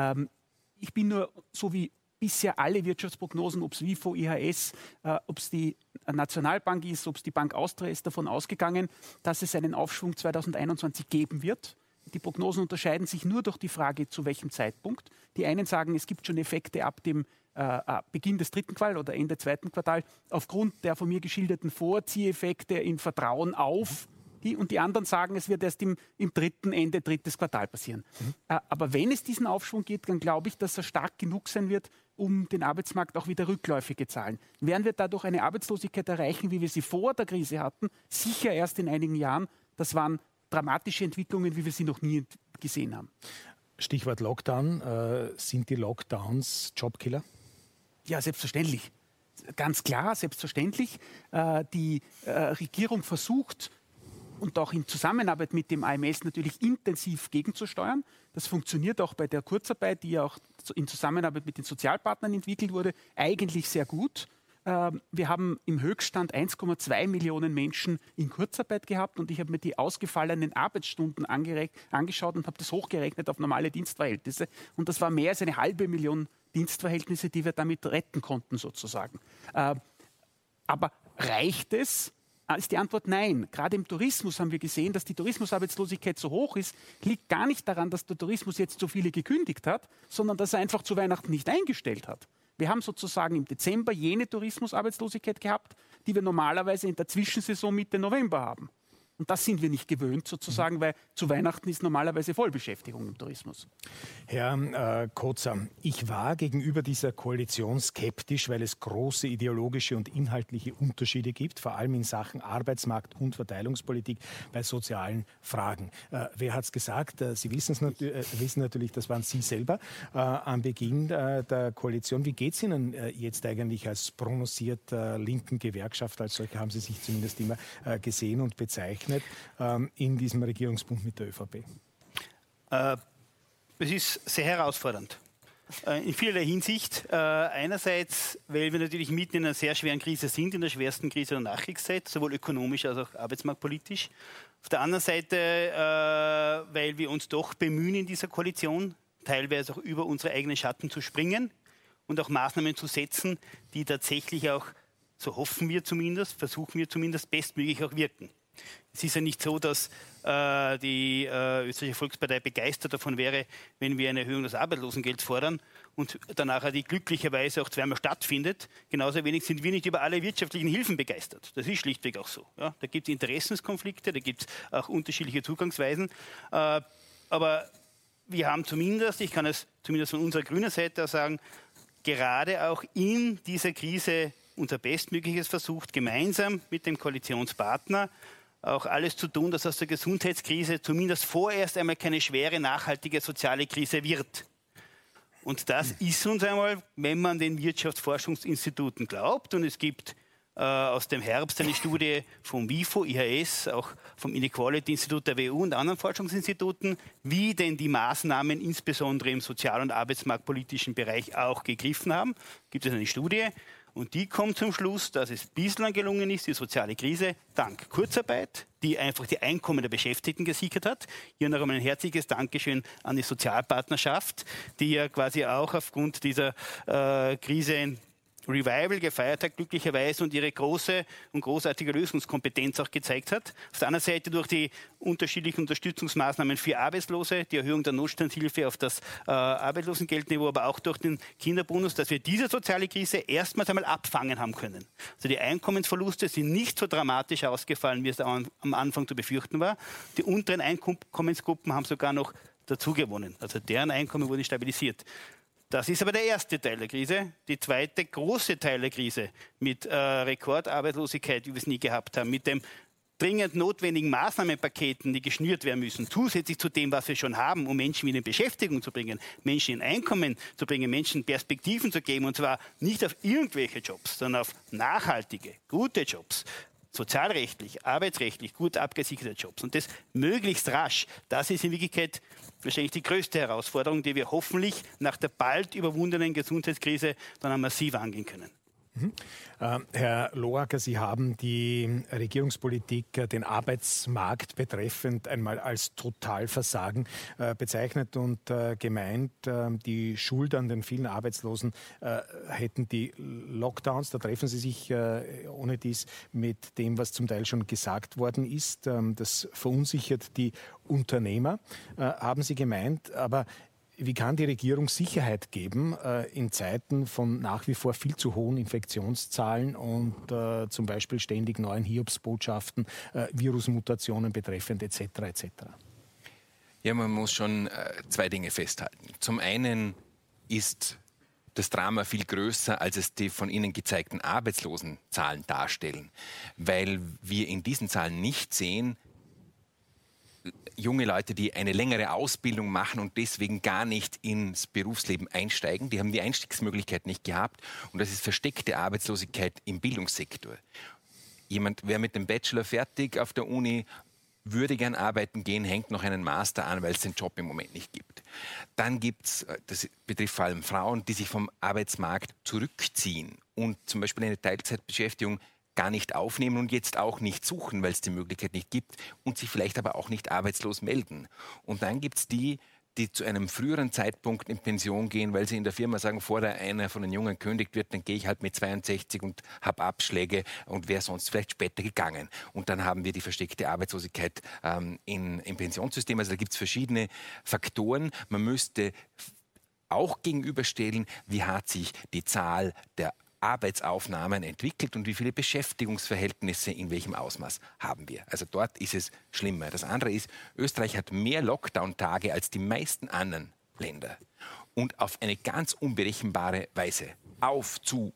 Ich bin nur, so wie bisher alle Wirtschaftsprognosen, ob es WIFO, IHS, ob es die Nationalbank ist, ob es die Bank Austria ist, davon ausgegangen, dass es einen Aufschwung 2021 geben wird. Die Prognosen unterscheiden sich nur durch die Frage, zu welchem Zeitpunkt. Die einen sagen, es gibt schon Effekte ab dem Beginn des dritten Quartals oder Ende zweiten Quartals aufgrund der von mir geschilderten Vorzieheffekte in Vertrauen auf. Und die anderen sagen, es wird erst im Ende drittes Quartal passieren. Aber wenn es diesen Aufschwung geht, dann glaube ich, dass er stark genug sein wird, um den Arbeitsmarkt auch wieder rückläufige Zahlen. Werden wir dadurch eine Arbeitslosigkeit erreichen, wie wir sie vor der Krise hatten? Sicher erst in einigen Jahren. Das waren dramatische Entwicklungen, wie wir sie noch nie gesehen haben. Stichwort Lockdown. Sind die Lockdowns Jobkiller? Ja, selbstverständlich. Ganz klar, selbstverständlich. Die Regierung versucht, und auch in Zusammenarbeit mit dem AMS natürlich intensiv gegenzusteuern. Das funktioniert auch bei der Kurzarbeit, die ja auch in Zusammenarbeit mit den Sozialpartnern entwickelt wurde, eigentlich sehr gut. Wir haben im Höchststand 1,2 Millionen Menschen in Kurzarbeit gehabt und ich habe mir die ausgefallenen Arbeitsstunden angeschaut und habe das hochgerechnet auf normale Dienstverhältnisse. Und das war mehr als 1,5 Million Dienstverhältnisse, die wir damit retten konnten sozusagen. Aber reicht es? Ist die Antwort nein. Gerade im Tourismus haben wir gesehen, dass die Tourismusarbeitslosigkeit so hoch ist, liegt gar nicht daran, dass der Tourismus jetzt so viele gekündigt hat, sondern dass er einfach zu Weihnachten nicht eingestellt hat. Wir haben sozusagen im Dezember jene Tourismusarbeitslosigkeit gehabt, die wir normalerweise in der Zwischensaison Mitte November haben. Und das sind wir nicht gewöhnt sozusagen, weil zu Weihnachten ist normalerweise Vollbeschäftigung im Tourismus. Herr Kotzer, ich war gegenüber dieser Koalition skeptisch, weil es große ideologische und inhaltliche Unterschiede gibt, vor allem in Sachen Arbeitsmarkt- und Verteilungspolitik bei sozialen Fragen. Wer hat es gesagt? Sie wissen natürlich, das waren Sie selber am Beginn der Koalition. Wie geht es Ihnen jetzt eigentlich als prononcierter linken Gewerkschaft, als solche haben Sie sich zumindest immer gesehen und bezeichnet, in diesem Regierungsbund mit der ÖVP? Es ist sehr herausfordernd. In vielerlei Hinsicht. Einerseits, weil wir natürlich mitten in einer sehr schweren Krise sind, in der schwersten Krise der Nachkriegszeit, sowohl ökonomisch als auch arbeitsmarktpolitisch. Auf der anderen Seite, weil wir uns doch bemühen in dieser Koalition, teilweise auch über unsere eigenen Schatten zu springen und auch Maßnahmen zu setzen, die tatsächlich auch, so hoffen wir zumindest, versuchen wir zumindest, bestmöglich auch wirken. Es ist ja nicht so, dass die Österreichische Volkspartei begeistert davon wäre, wenn wir eine Erhöhung des Arbeitslosengelds fordern und danach die glücklicherweise auch zweimal stattfindet. Genauso wenig sind wir nicht über alle wirtschaftlichen Hilfen begeistert. Das ist schlichtweg auch so. Ja? Da gibt es Interessenskonflikte, da gibt es auch unterschiedliche Zugangsweisen. Aber wir haben zumindest, ich kann es zumindest von unserer grünen Seite sagen, gerade auch in dieser Krise unser Bestmögliches versucht, gemeinsam mit dem Koalitionspartner auch alles zu tun, dass aus der Gesundheitskrise zumindest vorerst einmal keine schwere, nachhaltige soziale Krise wird. Und das ist uns einmal, wenn man den Wirtschaftsforschungsinstituten glaubt, und es gibt aus dem Herbst eine Studie vom WIFO, IHS, auch vom Inequality-Institut der WU und anderen Forschungsinstituten, wie denn die Maßnahmen insbesondere im sozial- und arbeitsmarktpolitischen Bereich auch gegriffen haben. Gibt es eine Studie. Und die kommt zum Schluss, dass es bislang gelungen ist, die soziale Krise dank Kurzarbeit, die einfach die Einkommen der Beschäftigten gesichert hat. Hier noch einmal ein herzliches Dankeschön an die Sozialpartnerschaft, die ja quasi auch aufgrund dieser Krise ein Revival gefeiert hat, glücklicherweise, und ihre große und großartige Lösungskompetenz auch gezeigt hat. Auf der anderen Seite durch die unterschiedlichen Unterstützungsmaßnahmen für Arbeitslose, die Erhöhung der Notstandshilfe auf das Arbeitslosengeldniveau, aber auch durch den Kinderbonus, dass wir diese soziale Krise erstmals einmal abfangen haben können. Also die Einkommensverluste sind nicht so dramatisch ausgefallen, wie es am Anfang zu befürchten war. Die unteren Einkommensgruppen haben sogar noch dazugewonnen. Also deren Einkommen wurde stabilisiert. Das ist aber der erste Teil der Krise. Die zweite große Teil der Krise mit Rekordarbeitslosigkeit, wie wir es nie gehabt haben, mit dem dringend notwendigen Maßnahmenpaketen, die geschnürt werden müssen, zusätzlich zu dem, was wir schon haben, um Menschen wieder in Beschäftigung zu bringen, Menschen in Einkommen zu bringen, Menschen Perspektiven zu geben, und zwar nicht auf irgendwelche Jobs, sondern auf nachhaltige, gute Jobs. Sozialrechtlich, arbeitsrechtlich gut abgesicherte Jobs. Und das möglichst rasch. Das ist in Wirklichkeit wahrscheinlich die größte Herausforderung, die wir hoffentlich nach der bald überwundenen Gesundheitskrise dann massiv angehen können. Herr Loacker, Sie haben die Regierungspolitik, den Arbeitsmarkt betreffend, einmal als Totalversagen bezeichnet und gemeint, die Schuld an den vielen Arbeitslosen hätten die Lockdowns. Da treffen Sie sich ohne dies mit dem, was zum Teil schon gesagt worden ist. Das verunsichert die Unternehmer, haben Sie gemeint. Aber wie kann die Regierung Sicherheit geben in Zeiten von nach wie vor viel zu hohen Infektionszahlen und zum Beispiel ständig neuen Hiobsbotschaften, Virusmutationen betreffend etc. etc.? Ja, man muss schon zwei Dinge festhalten. Zum einen ist das Drama viel größer, als es die von Ihnen gezeigten Arbeitslosenzahlen darstellen, weil wir in diesen Zahlen nicht sehen, junge Leute, die eine längere Ausbildung machen und deswegen gar nicht ins Berufsleben einsteigen. Die haben die Einstiegsmöglichkeit nicht gehabt. Und das ist versteckte Arbeitslosigkeit im Bildungssektor. Wer mit dem Bachelor fertig auf der Uni würde gern arbeiten gehen, hängt noch einen Master an, weil es den Job im Moment nicht gibt. Dann gibt es, das betrifft vor allem Frauen, die sich vom Arbeitsmarkt zurückziehen und zum Beispiel eine Teilzeitbeschäftigung gar nicht aufnehmen und jetzt auch nicht suchen, weil es die Möglichkeit nicht gibt und sich vielleicht aber auch nicht arbeitslos melden. Und dann gibt es die zu einem früheren Zeitpunkt in Pension gehen, weil sie in der Firma sagen, bevor einer von den Jungen kündigt wird, dann gehe ich halt mit 62 und habe Abschläge und wäre sonst vielleicht später gegangen. Und dann haben wir die versteckte Arbeitslosigkeit im Pensionssystem. Also da gibt es verschiedene Faktoren. Man müsste auch gegenüberstellen, wie hat sich die Zahl der Arbeitsaufnahmen entwickelt und wie viele Beschäftigungsverhältnisse in welchem Ausmaß haben wir. Also dort ist es schlimmer. Das andere ist, Österreich hat mehr Lockdown-Tage als die meisten anderen Länder. Und auf eine ganz unberechenbare Weise. Auf, zu,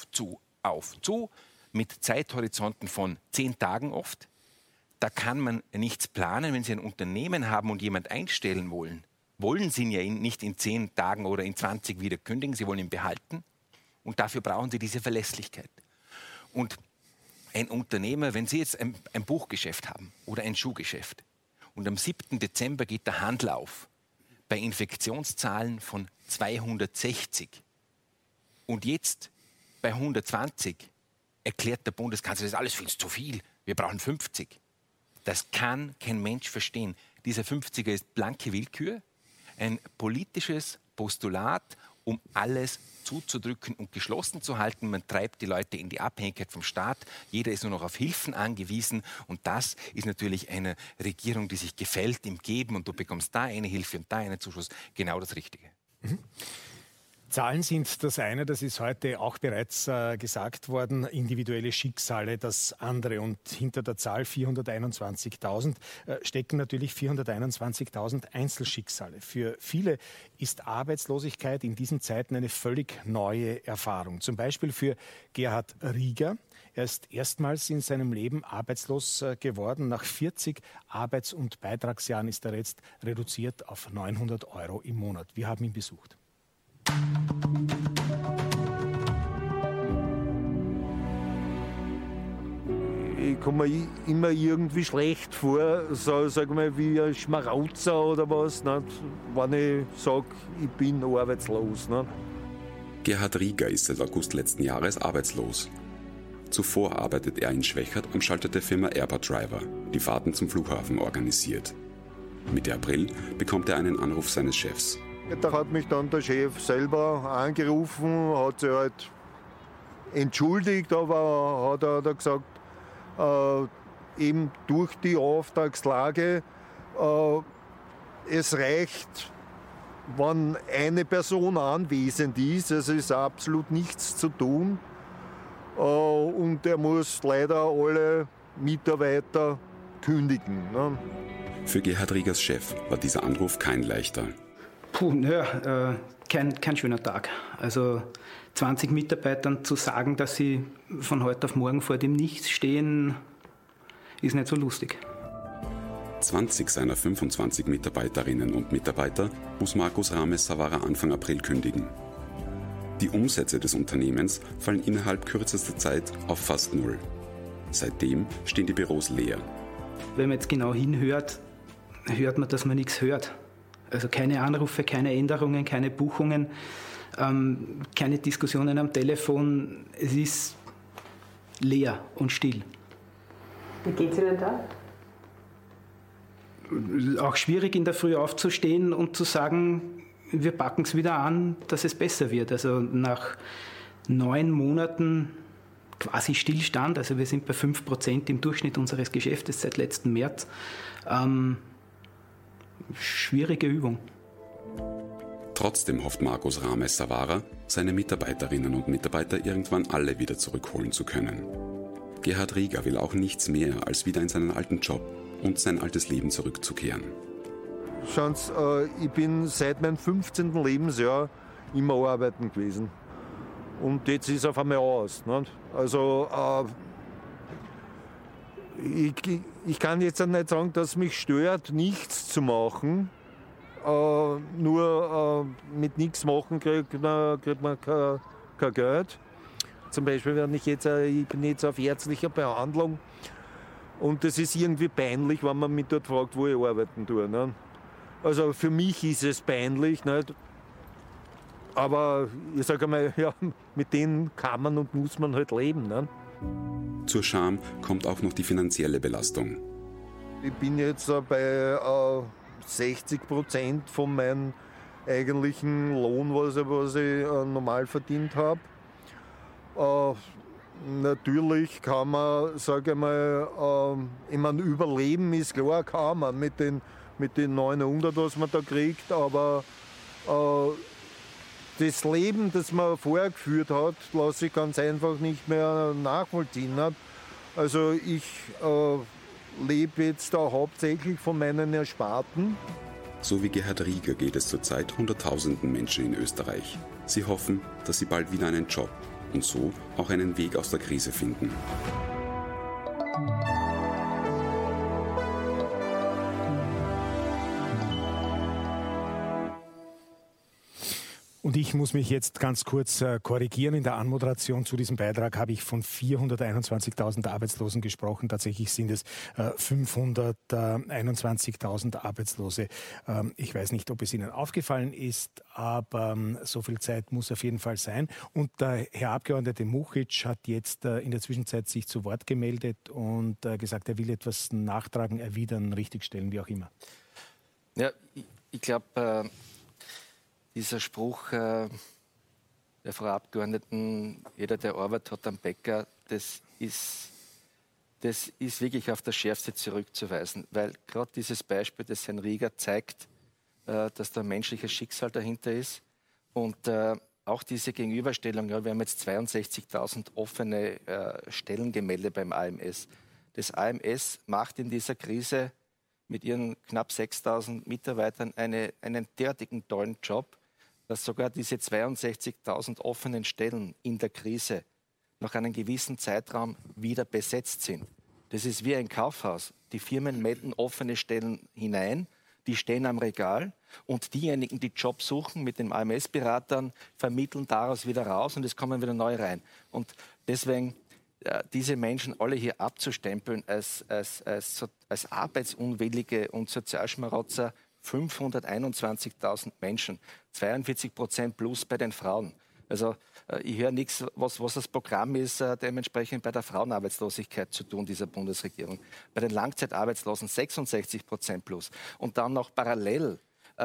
mit Zeithorizonten von 10 Tagen oft. Da kann man nichts planen, wenn Sie ein Unternehmen haben und jemand einstellen wollen Sie ihn ja nicht in 10 Tagen oder in 20 wieder kündigen, Sie wollen ihn behalten. Und dafür brauchen Sie diese Verlässlichkeit. Und ein Unternehmer, wenn Sie jetzt ein Buchgeschäft haben oder ein Schuhgeschäft und am 7. Dezember geht der Handel auf bei Infektionszahlen von 260 und jetzt bei 120 erklärt der Bundeskanzler, das ist alles viel zu viel, wir brauchen 50. Das kann kein Mensch verstehen. Dieser 50er ist blanke Willkür, ein politisches Postulat, um alles zuzudrücken und geschlossen zu halten. Man treibt die Leute in die Abhängigkeit vom Staat. Jeder ist nur noch auf Hilfen angewiesen. Und das ist natürlich einer Regierung, die sich gefällt im Geben und du bekommst da eine Hilfe und da einen Zuschuss, genau das Richtige. Mhm. Zahlen sind das eine, das ist heute auch bereits gesagt worden, individuelle Schicksale das andere. Und hinter der Zahl 421.000 stecken natürlich 421.000 Einzelschicksale. Für viele ist Arbeitslosigkeit in diesen Zeiten eine völlig neue Erfahrung. Zum Beispiel für Gerhard Rieger. Er ist erstmals in seinem Leben arbeitslos geworden. Nach 40 Arbeits- und Beitragsjahren ist er jetzt reduziert auf 900 € im Monat. Wir haben ihn besucht. Ich komme mir immer irgendwie schlecht vor, sag mal, wie ein Schmarauzer oder was, nicht? Wenn ich sage, ich bin arbeitslos. Nicht? Gerhard Rieger ist seit August letzten Jahres arbeitslos. Zuvor arbeitet er in Schwächert am Schalter der Firma Airport Driver, die Fahrten zum Flughafen organisiert. Mitte April bekommt er einen Anruf seines Chefs. Da hat mich dann der Chef selber angerufen, hat sich halt entschuldigt, aber hat er gesagt, eben durch die Auftragslage, es reicht, wenn eine Person anwesend ist, es ist absolut nichts zu tun und er muss leider alle Mitarbeiter kündigen. Ne? Für Gerhard Riegers Chef war dieser Anruf kein leichter. Kein schöner Tag. Also 20 Mitarbeitern zu sagen, dass sie von heute auf morgen vor dem Nichts stehen, ist nicht so lustig. 20 seiner 25 Mitarbeiterinnen und Mitarbeiter muss Markus Rames-Savara Anfang April kündigen. Die Umsätze des Unternehmens fallen innerhalb kürzester Zeit auf fast null. Seitdem stehen die Büros leer. Wenn man jetzt genau hinhört, hört man, dass man nichts hört. Also keine Anrufe, keine Änderungen, keine Buchungen, keine Diskussionen am Telefon. Es ist leer und still. Wie geht es Ihnen da? Auch schwierig, in der Früh aufzustehen und zu sagen, wir packen es wieder an, dass es besser wird. Also nach 9 Monaten quasi Stillstand, also wir sind bei 5% im Durchschnitt unseres Geschäftes seit letzten März. Schwierige Übung. Trotzdem hofft Markus Rames-Savara, seine Mitarbeiterinnen und Mitarbeiter irgendwann alle wieder zurückholen zu können. Gerhard Rieger will auch nichts mehr, als wieder in seinen alten Job und sein altes Leben zurückzukehren. Schauen Sie, ich bin seit meinem 15. Lebensjahr immer arbeiten gewesen. Und jetzt ist es auf einmal aus. Nicht? Also ich kann jetzt nicht sagen, dass mich stört, nichts zu machen. Nur mit nichts machen kriegt man kein Geld. Zum Beispiel, wenn ich bin jetzt auf ärztlicher Behandlung Und das ist irgendwie peinlich, wenn man mich dort fragt, wo ich arbeiten tue. Ne? Also für mich ist es peinlich, nicht? Aber ich sage einmal, ja, mit denen kann man und muss man halt leben. Ne? Zur Scham kommt auch noch die finanzielle Belastung. Ich bin jetzt bei 60% von meinem eigentlichen Lohn, was ich normal verdient habe. Natürlich kann man, sage ich mal, ich meine, überleben ist klar, kann man mit den 900, was man da kriegt, aber das Leben, das man vorher geführt hat, lasse ich ganz einfach nicht mehr nachvollziehen. Nicht? Also ich lebe jetzt da hauptsächlich von meinen Ersparten. So wie Gerhard Rieger geht es zurzeit Hunderttausenden Menschen in Österreich. Sie hoffen, dass sie bald wieder einen Job und so auch einen Weg aus der Krise finden. Und ich muss mich jetzt ganz kurz korrigieren. In der Anmoderation zu diesem Beitrag habe ich von 421.000 Arbeitslosen gesprochen. Tatsächlich sind es 521.000 Arbeitslose. Ich weiß nicht, ob es Ihnen aufgefallen ist, aber so viel Zeit muss auf jeden Fall sein. Und der Herr Abgeordnete Muchic hat jetzt in der Zwischenzeit sich zu Wort gemeldet und gesagt, er will etwas nachtragen, erwidern, richtigstellen, wie auch immer. Ja, ich glaube, dieser Spruch der Frau Abgeordneten, jeder, der Arbeit hat am Bäcker, das ist wirklich auf das Schärfste zurückzuweisen. Weil gerade dieses Beispiel des Herrn Rieger zeigt, dass da ein menschliches Schicksal dahinter ist. Und auch diese Gegenüberstellung, ja, wir haben jetzt 62.000 offene Stellen gemeldet beim AMS. Das AMS macht in dieser Krise mit ihren knapp 6.000 Mitarbeitern einen derartigen tollen Job, dass sogar diese 62.000 offenen Stellen in der Krise nach einem gewissen Zeitraum wieder besetzt sind. Das ist wie ein Kaufhaus. Die Firmen melden offene Stellen hinein, die stehen am Regal und diejenigen, die Job suchen mit den AMS-Beratern, vermitteln daraus wieder raus und es kommen wieder neu rein. Und deswegen diese Menschen alle hier abzustempeln als arbeitsunwillige und Sozialschmarotzer, 521.000 Menschen, 42% plus bei den Frauen. Also ich höre nichts, was das Programm ist, dementsprechend bei der Frauenarbeitslosigkeit zu tun, dieser Bundesregierung. Bei den Langzeitarbeitslosen 66% plus. Und dann noch parallel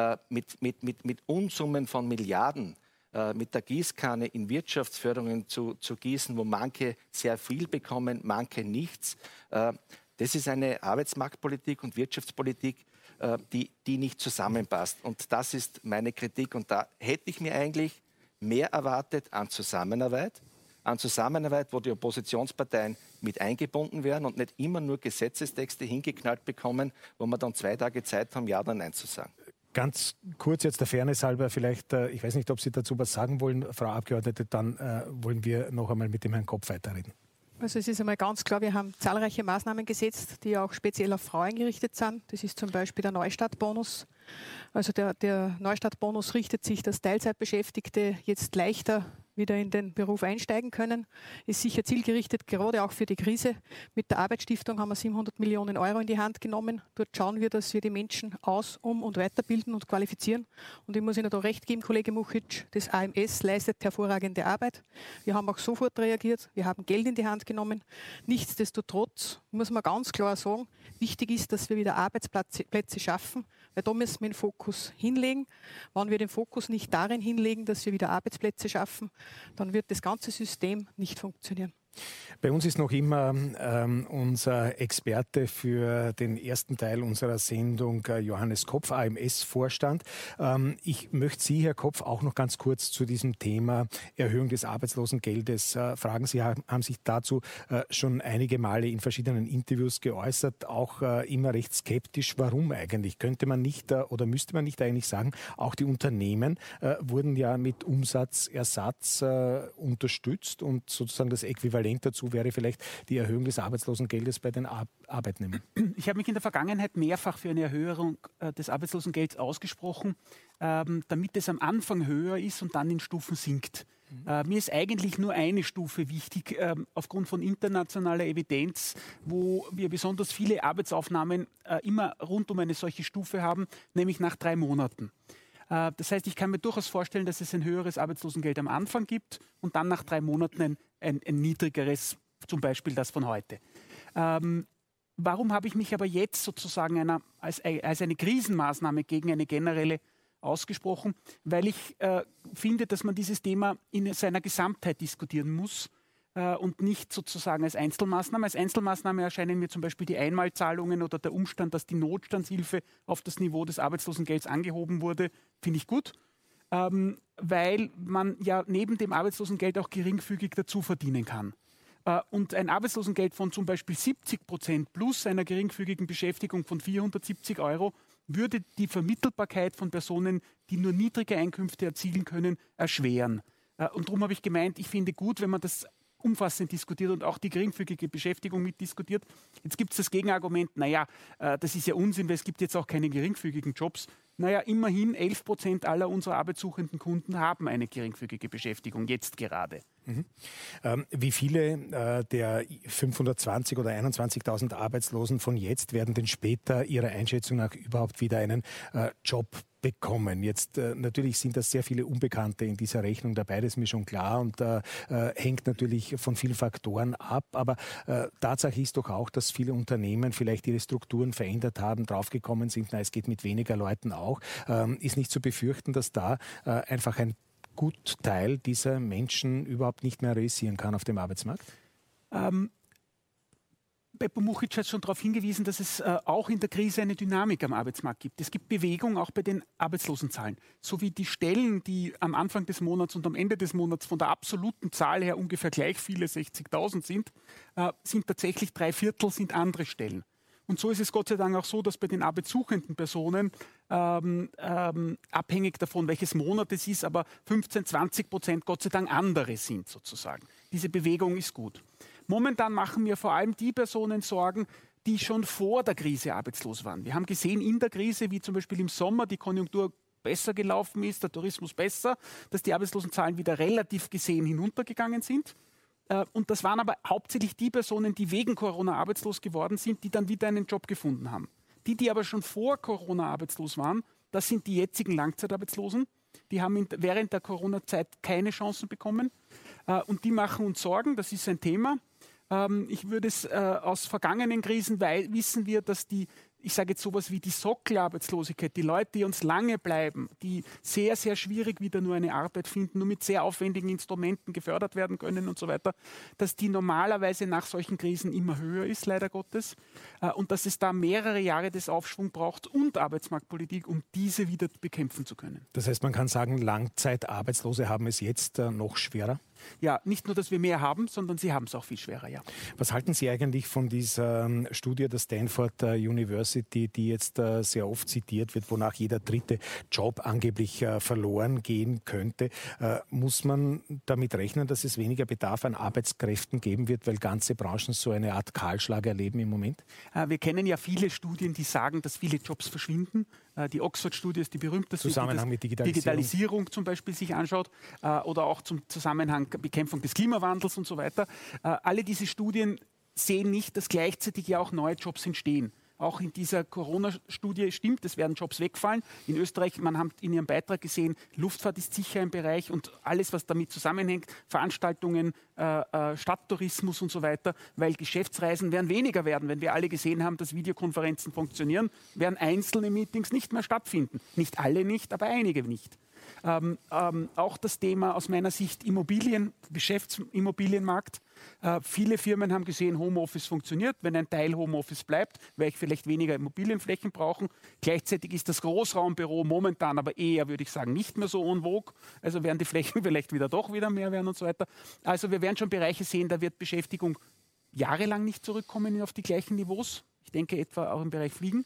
mit Unsummen von Milliarden mit der Gießkanne in Wirtschaftsförderungen zu gießen, wo manche sehr viel bekommen, manche nichts. Das ist eine Arbeitsmarktpolitik und Wirtschaftspolitik, die nicht zusammenpasst. Und das ist meine Kritik. Und da hätte ich mir eigentlich mehr erwartet an Zusammenarbeit, wo die Oppositionsparteien mit eingebunden werden und nicht immer nur Gesetzestexte hingeknallt bekommen, wo wir dann 2 Tage Zeit haben, Ja oder Nein zu sagen. Ganz kurz jetzt der Fairness halber, vielleicht, ich weiß nicht, ob Sie dazu was sagen wollen, Frau Abgeordnete, dann wollen wir noch einmal mit dem Herrn Kopf weiterreden. Also es ist einmal ganz klar, wir haben zahlreiche Maßnahmen gesetzt, die auch speziell auf Frauen gerichtet sind. Das ist zum Beispiel der Neustartbonus. Also der Neustartbonus richtet sich, dass Teilzeitbeschäftigte jetzt leichter wieder in den Beruf einsteigen können. Ist sicher zielgerichtet, gerade auch für die Krise. Mit der Arbeitsstiftung haben wir 700 Millionen Euro in die Hand genommen. Dort schauen wir, dass wir die Menschen aus-, und weiterbilden und qualifizieren. Und ich muss Ihnen da recht geben, Kollege Muchic, das AMS leistet hervorragende Arbeit. Wir haben auch sofort reagiert, wir haben Geld in die Hand genommen. Nichtsdestotrotz muss man ganz klar sagen, wichtig ist, dass wir wieder Arbeitsplätze schaffen, weil da müssen wir den Fokus hinlegen. Wenn wir den Fokus nicht darin hinlegen, dass wir wieder Arbeitsplätze schaffen, dann wird das ganze System nicht funktionieren. Bei uns ist noch immer unser Experte für den ersten Teil unserer Sendung, Johannes Kopf, AMS-Vorstand. Ich möchte Sie, Herr Kopf, auch noch ganz kurz zu diesem Thema Erhöhung des Arbeitslosengeldes fragen. Sie haben sich dazu schon einige Male in verschiedenen Interviews geäußert, auch immer recht skeptisch. Warum eigentlich? Könnte man nicht oder müsste man nicht eigentlich sagen, auch die Unternehmen wurden ja mit Umsatzersatz unterstützt und sozusagen das Äquivalent dazu dazu wäre vielleicht die Erhöhung des Arbeitslosengeldes bei den Arbeitnehmern. Ich habe mich in der Vergangenheit mehrfach für eine Erhöhung des Arbeitslosengelds ausgesprochen, damit es am Anfang höher ist und dann in Stufen sinkt. Mir ist eigentlich nur eine Stufe wichtig, aufgrund von internationaler Evidenz, wo wir besonders viele Arbeitsaufnahmen immer rund um eine solche Stufe haben, nämlich nach 3 Monaten. Das heißt, ich kann mir durchaus vorstellen, dass es ein höheres Arbeitslosengeld am Anfang gibt und dann nach 3 Monaten ein niedrigeres, zum Beispiel das von heute. Warum habe ich mich aber jetzt sozusagen als eine Krisenmaßnahme gegen eine generelle ausgesprochen? Weil ich finde, dass man dieses Thema in seiner Gesamtheit diskutieren muss und nicht sozusagen als Einzelmaßnahme. Als Einzelmaßnahme erscheinen mir zum Beispiel die Einmalzahlungen oder der Umstand, dass die Notstandshilfe auf das Niveau des Arbeitslosengelds angehoben wurde, finde ich gut, weil man ja neben dem Arbeitslosengeld auch geringfügig dazu verdienen kann. Und ein Arbeitslosengeld von zum Beispiel 70% plus einer geringfügigen Beschäftigung von 470 € würde die Vermittelbarkeit von Personen, die nur niedrige Einkünfte erzielen können, erschweren. Und darum habe ich gemeint, ich finde gut, wenn man das umfassend diskutiert und auch die geringfügige Beschäftigung mitdiskutiert. Jetzt gibt es das Gegenargument, das ist ja Unsinn, weil es gibt jetzt auch keine geringfügigen Jobs. Immerhin 11% aller unserer arbeitssuchenden Kunden haben eine geringfügige Beschäftigung, jetzt gerade. Wie viele der 520 oder 21.000 Arbeitslosen von jetzt werden denn später Ihrer Einschätzung nach überhaupt wieder einen Job bekommen? Jetzt natürlich sind das sehr viele Unbekannte in dieser Rechnung dabei, das ist mir schon klar und hängt natürlich von vielen Faktoren ab, aber Tatsache ist doch auch, dass viele Unternehmen vielleicht ihre Strukturen verändert haben, draufgekommen sind, es geht mit weniger Leuten auch. Ist nicht zu befürchten, dass da einfach ein Gutteil dieser Menschen überhaupt nicht mehr realisieren kann auf dem Arbeitsmarkt? Beppo Muchic hat schon darauf hingewiesen, dass es auch in der Krise eine Dynamik am Arbeitsmarkt gibt. Es gibt Bewegung auch bei den Arbeitslosenzahlen. So wie die Stellen, die am Anfang des Monats und am Ende des Monats von der absoluten Zahl her ungefähr gleich viele, 60.000 sind tatsächlich 3/4 sind andere Stellen. Und so ist es Gott sei Dank auch so, dass bei den arbeitssuchenden Personen abhängig davon, welches Monat es ist, aber 15-20% Gott sei Dank andere sind sozusagen. Diese Bewegung ist gut. Momentan machen mir vor allem die Personen Sorgen, die schon vor der Krise arbeitslos waren. Wir haben gesehen in der Krise, wie zum Beispiel im Sommer die Konjunktur besser gelaufen ist, der Tourismus besser, dass die Arbeitslosenzahlen wieder relativ gesehen hinuntergegangen sind. Und das waren aber hauptsächlich die Personen, die wegen Corona arbeitslos geworden sind, die dann wieder einen Job gefunden haben. Die aber schon vor Corona arbeitslos waren, das sind die jetzigen Langzeitarbeitslosen. Die haben während der Corona-Zeit keine Chancen bekommen. Und die machen uns Sorgen, das ist ein Thema. Ich würde es aus vergangenen Krisen wissen wir, dass ich sage jetzt sowas wie die Sockelarbeitslosigkeit, die Leute, die uns lange bleiben, die sehr, sehr schwierig wieder nur eine Arbeit finden, nur mit sehr aufwendigen Instrumenten gefördert werden können und so weiter, dass die normalerweise nach solchen Krisen immer höher ist, leider Gottes, und dass es da mehrere Jahre des Aufschwung braucht und Arbeitsmarktpolitik, um diese wieder bekämpfen zu können. Das heißt, man kann sagen, Langzeitarbeitslose haben es jetzt noch schwerer? Ja, nicht nur, dass wir mehr haben, sondern sie haben es auch viel schwerer, ja. Was halten Sie eigentlich von dieser Studie der Stanford University, die jetzt sehr oft zitiert wird, wonach jeder dritte Job angeblich verloren gehen könnte? Muss man damit rechnen, dass es weniger Bedarf an Arbeitskräften geben wird, weil ganze Branchen so eine Art Kahlschlag erleben im Moment? Wir kennen ja viele Studien, die sagen, dass viele Jobs verschwinden. Die Oxford-Studie ist die berühmteste, Zusammenhang mit Digitalisierung zum Beispiel sich anschaut oder auch zum Zusammenhang Bekämpfung des Klimawandels und so weiter. Alle diese Studien sehen nicht, dass gleichzeitig ja auch neue Jobs entstehen. Auch in dieser Corona-Studie stimmt, es werden Jobs wegfallen. In Österreich, man hat in Ihrem Beitrag gesehen, Luftfahrt ist sicher ein Bereich und alles, was damit zusammenhängt, Veranstaltungen, Stadttourismus und so weiter, weil Geschäftsreisen werden weniger werden. Wenn wir alle gesehen haben, dass Videokonferenzen funktionieren, werden einzelne Meetings nicht mehr stattfinden. Nicht alle nicht, aber einige nicht. Auch das Thema aus meiner Sicht Geschäftsimmobilienmarkt. Viele Firmen haben gesehen, Homeoffice funktioniert. Wenn ein Teil Homeoffice bleibt, werde ich vielleicht weniger Immobilienflächen brauchen. Gleichzeitig ist das Großraumbüro momentan aber eher, würde ich sagen, nicht mehr so en vogue. Also werden die Flächen vielleicht doch wieder mehr werden und so weiter. Also wir werden schon Bereiche sehen, da wird Beschäftigung jahrelang nicht zurückkommen auf die gleichen Niveaus. Ich denke etwa auch im Bereich Fliegen.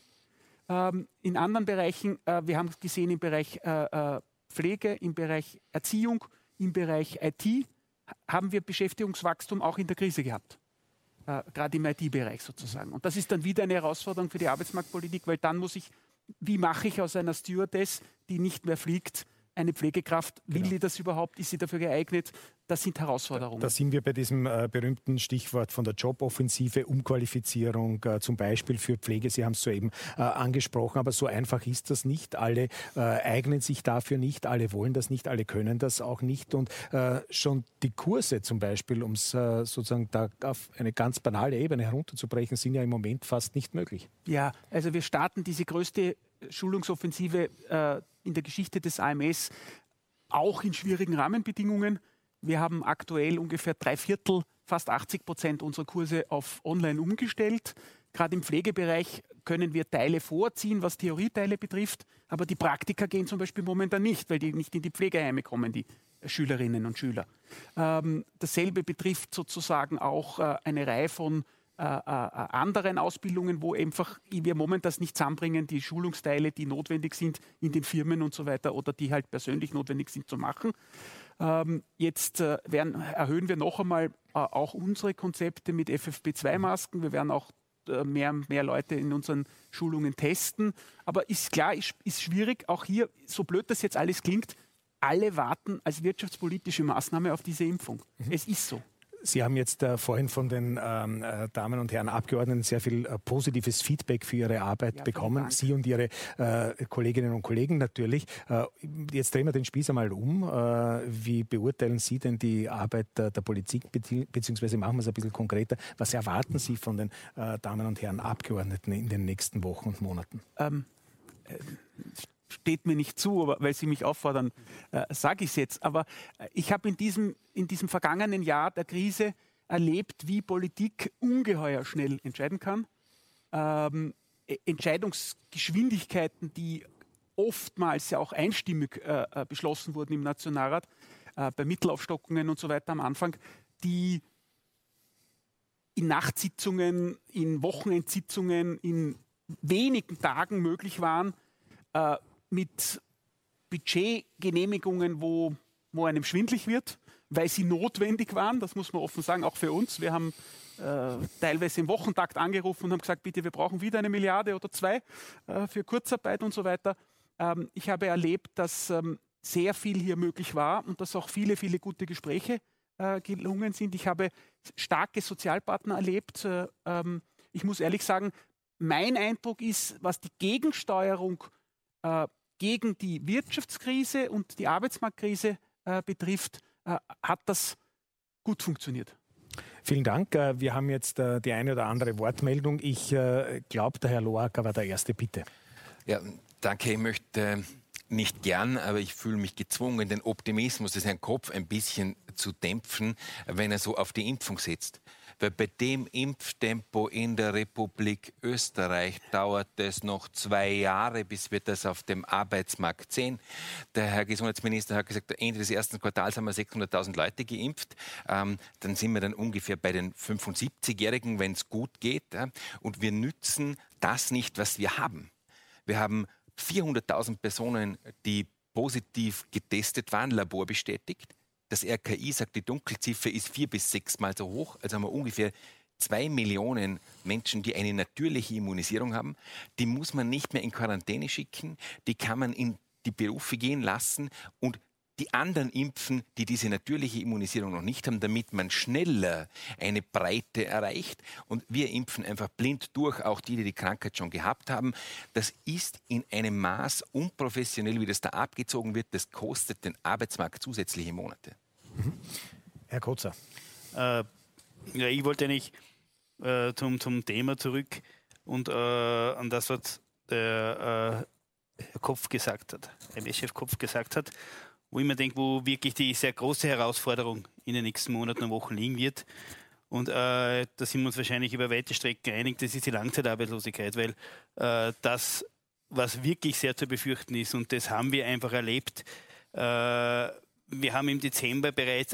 In anderen Bereichen, wir haben gesehen im Bereich Pflege, im Bereich Erziehung, im Bereich IT, haben wir Beschäftigungswachstum auch in der Krise gehabt. Gerade im IT-Bereich sozusagen. Und das ist dann wieder eine Herausforderung für die Arbeitsmarktpolitik, weil dann muss ich, wie mache ich aus einer Stewardess, die nicht mehr fliegt, eine Pflegekraft, will die das überhaupt, ist sie dafür geeignet? Das sind Herausforderungen. Da sind wir bei diesem berühmten Stichwort von der Joboffensive, Umqualifizierung, zum Beispiel für Pflege. Sie haben es soeben angesprochen, aber so einfach ist das nicht. Alle eignen sich dafür nicht, alle wollen das nicht, alle können das auch nicht. Und schon die Kurse zum Beispiel, um es sozusagen da auf eine ganz banale Ebene herunterzubrechen, sind ja im Moment fast nicht möglich. Ja, also wir starten diese größte Schulungsoffensive in der Geschichte des AMS auch in schwierigen Rahmenbedingungen. Wir haben aktuell ungefähr 3/4, fast 80% unserer Kurse auf online umgestellt. Gerade im Pflegebereich können wir Teile vorziehen, was Theorieteile betrifft, aber die Praktika gehen zum Beispiel momentan nicht, weil die nicht in die Pflegeheime kommen, die Schülerinnen und Schüler. Dasselbe betrifft sozusagen auch eine Reihe von anderen Ausbildungen, wo einfach wir momentan das nicht zusammenbringen, die Schulungsteile, die notwendig sind in den Firmen und so weiter oder die halt persönlich notwendig sind zu machen. Jetzt erhöhen wir noch einmal auch unsere Konzepte mit FFP2-Masken. Wir werden auch mehr Leute in unseren Schulungen testen. Aber ist klar, ist schwierig. Auch hier, so blöd das jetzt alles klingt, alle warten als wirtschaftspolitische Maßnahme auf diese Impfung. Es ist so. Sie haben jetzt vorhin von den Damen und Herren Abgeordneten sehr viel positives Feedback für Ihre Arbeit bekommen. Sie und Ihre Kolleginnen und Kollegen natürlich. Jetzt drehen wir den Spieß einmal um. Wie beurteilen Sie denn die Arbeit der Politik, beziehungsweise machen wir es ein bisschen konkreter. Was erwarten Sie von den Damen und Herren Abgeordneten in den nächsten Wochen und Monaten? Steht mir nicht zu, aber weil Sie mich auffordern, sage ich es jetzt. Aber ich habe in diesem vergangenen Jahr der Krise erlebt, wie Politik ungeheuer schnell entscheiden kann. Entscheidungsgeschwindigkeiten, die oftmals ja auch einstimmig beschlossen wurden im Nationalrat, bei Mittelaufstockungen und so weiter am Anfang, die in Nachtsitzungen, in Wochenendsitzungen, in wenigen Tagen möglich waren, mit Budgetgenehmigungen, wo einem schwindlig wird, weil sie notwendig waren, das muss man offen sagen, auch für uns. Wir haben teilweise im Wochentakt angerufen und haben gesagt, bitte, wir brauchen wieder 1 Milliarde oder 2 für Kurzarbeit und so weiter. Ich habe erlebt, dass sehr viel hier möglich war und dass auch viele gute Gespräche gelungen sind. Ich habe starke Sozialpartner erlebt. Ich muss ehrlich sagen, mein Eindruck ist, was die Gegensteuerung gegen die Wirtschaftskrise und die Arbeitsmarktkrise betrifft, hat das gut funktioniert. Vielen Dank. Wir haben jetzt die eine oder andere Wortmeldung. Ich glaube, der Herr Loacker war der Erste, bitte. Ja, danke. Ich möchte nicht gern, aber ich fühle mich gezwungen, den Optimismus des Herrn Kopf ein bisschen zu dämpfen, wenn er so auf die Impfung setzt. Weil bei dem Impftempo in der Republik Österreich dauert es noch 2 Jahre, bis wir das auf dem Arbeitsmarkt sehen. Der Herr Gesundheitsminister hat gesagt, Ende des ersten Quartals haben wir 600.000 Leute geimpft. Dann sind wir dann ungefähr bei den 75-Jährigen, wenn es gut geht. Und wir nützen das nicht, was wir haben. Wir haben 400.000 Personen, die positiv getestet waren, laborbestätigt. Das RKI sagt, die Dunkelziffer ist 4- bis 6-mal so hoch. Also haben wir ungefähr 2 Millionen Menschen, die eine natürliche Immunisierung haben. Die muss man nicht mehr in Quarantäne schicken. Die kann man in die Berufe gehen lassen und die anderen impfen, die diese natürliche Immunisierung noch nicht haben, damit man schneller eine Breite erreicht. Und wir impfen einfach blind durch, auch die die Krankheit schon gehabt haben. Das ist in einem Maß unprofessionell, wie das da abgezogen wird. Das kostet den Arbeitsmarkt zusätzliche Monate. Herr Kotzer. Ja, ich wollte eigentlich zum Thema zurück und an das, was der Herr Kopf gesagt hat, MS-Chef Kopf gesagt hat, wo ich mir denke, wo wirklich die sehr große Herausforderung in den nächsten Monaten und Wochen liegen wird. Und da sind wir uns wahrscheinlich über weite Strecken einig, das ist die Langzeitarbeitslosigkeit, weil das, was wirklich sehr zu befürchten ist, und das haben wir einfach erlebt, wir haben im Dezember bereits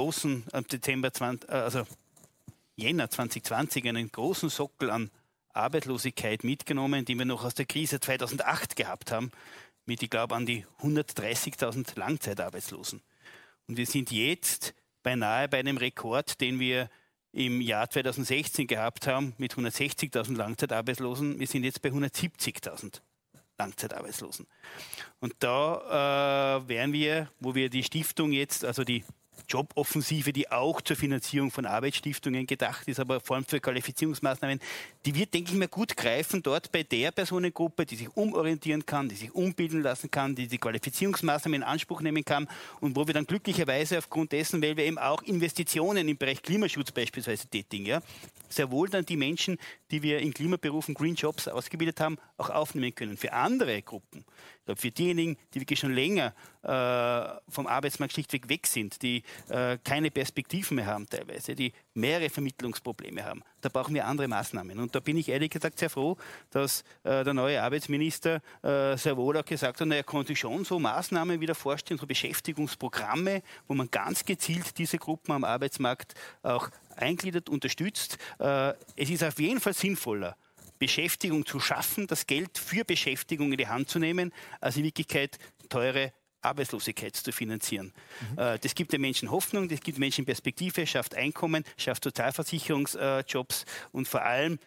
Jänner 2020 einen großen Sockel an Arbeitslosigkeit mitgenommen, den wir noch aus der Krise 2008 gehabt haben, mit, ich glaube, an die 130.000 Langzeitarbeitslosen. Und wir sind jetzt beinahe bei einem Rekord, den wir im Jahr 2016 gehabt haben, mit 160.000 Langzeitarbeitslosen. Wir sind jetzt bei 170.000 Langzeitarbeitslosen. Und da wären wir, wo wir die Stiftung jetzt, also die Joboffensive, die auch zur Finanzierung von Arbeitsstiftungen gedacht ist, aber vor allem für Qualifizierungsmaßnahmen, die wird, denke ich mal, gut greifen dort bei der Personengruppe, die sich umorientieren kann, die sich umbilden lassen kann, die Qualifizierungsmaßnahmen in Anspruch nehmen kann und wo wir dann glücklicherweise aufgrund dessen, weil wir eben auch Investitionen im Bereich Klimaschutz beispielsweise tätigen, ja, sehr wohl dann die Menschen, die wir in Klimaberufen Green Jobs ausgebildet haben, auch aufnehmen können. Für andere Gruppen, ich glaube für diejenigen, die wirklich schon länger vom Arbeitsmarkt schlichtweg weg sind, die keine Perspektiven mehr haben teilweise, die mehrere Vermittlungsprobleme haben, da brauchen wir andere Maßnahmen. Und da bin ich ehrlich gesagt sehr froh, dass der neue Arbeitsminister sehr wohl auch gesagt hat, er konnte sich schon so Maßnahmen wieder vorstellen, so Beschäftigungsprogramme, wo man ganz gezielt diese Gruppen am Arbeitsmarkt auch eingliedert, unterstützt. Es ist auf jeden Fall sinnvoller, Beschäftigung zu schaffen, das Geld für Beschäftigung in die Hand zu nehmen, als in Wirklichkeit teure Arbeitslosigkeit zu finanzieren. Das gibt den Menschen Hoffnung, das gibt Menschen Perspektive, schafft Einkommen, schafft Sozialversicherungsjobs und vor allem,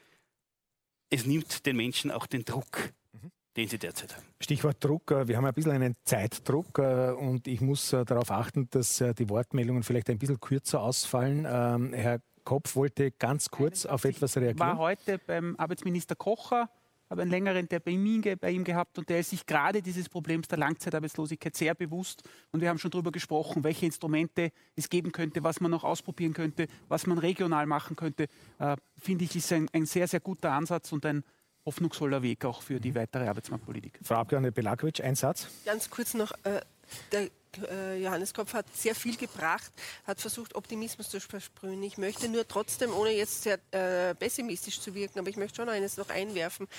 es nimmt den Menschen auch den Druck, den sie derzeit haben. Stichwort Druck. Wir haben ein bisschen einen Zeitdruck und ich muss darauf achten, dass die Wortmeldungen vielleicht ein bisschen kürzer ausfallen. Herr Kopf wollte ganz kurz auf etwas reagieren. Ich war heute beim Arbeitsminister Kocher, habe einen längeren Termin bei ihm gehabt und der ist sich gerade dieses Problems der Langzeitarbeitslosigkeit sehr bewusst. Und wir haben schon darüber gesprochen, welche Instrumente es geben könnte, was man noch ausprobieren könnte, was man regional machen könnte. Finde ich, ist ein sehr, sehr guter Ansatz und ein hoffnungsvoller Weg auch für die weitere Arbeitsmarktpolitik. Frau Abgeordnete Belakovic, ein Satz. Ganz kurz noch, der Johannes Kopf hat sehr viel gebracht, hat versucht, Optimismus zu versprühen. Ich möchte nur trotzdem, ohne jetzt sehr pessimistisch zu wirken, aber ich möchte schon eines noch einwerfen.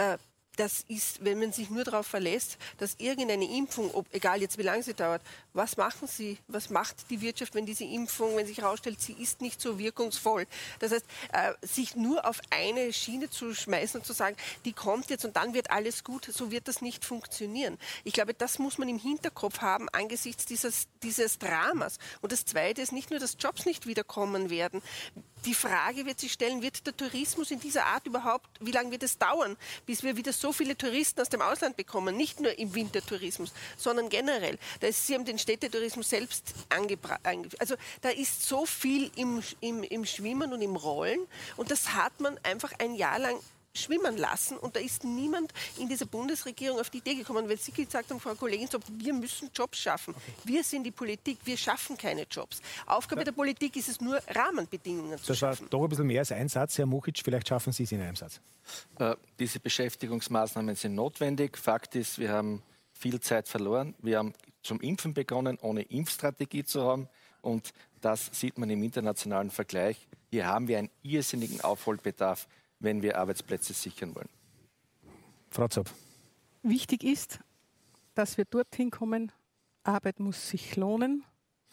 Das ist, wenn man sich nur darauf verlässt, dass irgendeine Impfung, egal jetzt wie lange sie dauert, was machen Sie, was macht die Wirtschaft, wenn diese Impfung, wenn sich herausstellt, sie ist nicht so wirkungsvoll. Das heißt, sich nur auf eine Schiene zu schmeißen und zu sagen, die kommt jetzt und dann wird alles gut, so wird das nicht funktionieren. Ich glaube, das muss man im Hinterkopf haben angesichts dieses Dramas. Und das Zweite ist nicht nur, dass Jobs nicht wiederkommen werden. Die Frage wird sich stellen, wird der Tourismus in dieser Art überhaupt, wie lange wird es dauern, bis wir wieder so viele Touristen aus dem Ausland bekommen, nicht nur im Wintertourismus, sondern generell. Sie haben den Städtetourismus selbst also da ist so viel im Schwimmen und im Rollen und das hat man einfach ein Jahr lang schwimmen lassen und da ist niemand in dieser Bundesregierung auf die Idee gekommen, weil Sie gesagt haben, Frau Kollegin, wir müssen Jobs schaffen. Wir sind die Politik, wir schaffen keine Jobs. Aufgabe der Politik ist es nur, Rahmenbedingungen zu schaffen. Das war doch ein bisschen mehr als ein Satz. Herr Muchic, vielleicht schaffen Sie es in einem Satz. Diese Beschäftigungsmaßnahmen sind notwendig. Fakt ist, wir haben viel Zeit verloren. Wir haben zum Impfen begonnen, ohne Impfstrategie zu haben. Und das sieht man im internationalen Vergleich. Hier haben wir einen irrsinnigen Aufholbedarf, wenn wir Arbeitsplätze sichern wollen. Frau Zopf. Wichtig ist, dass wir dorthin kommen, Arbeit muss sich lohnen.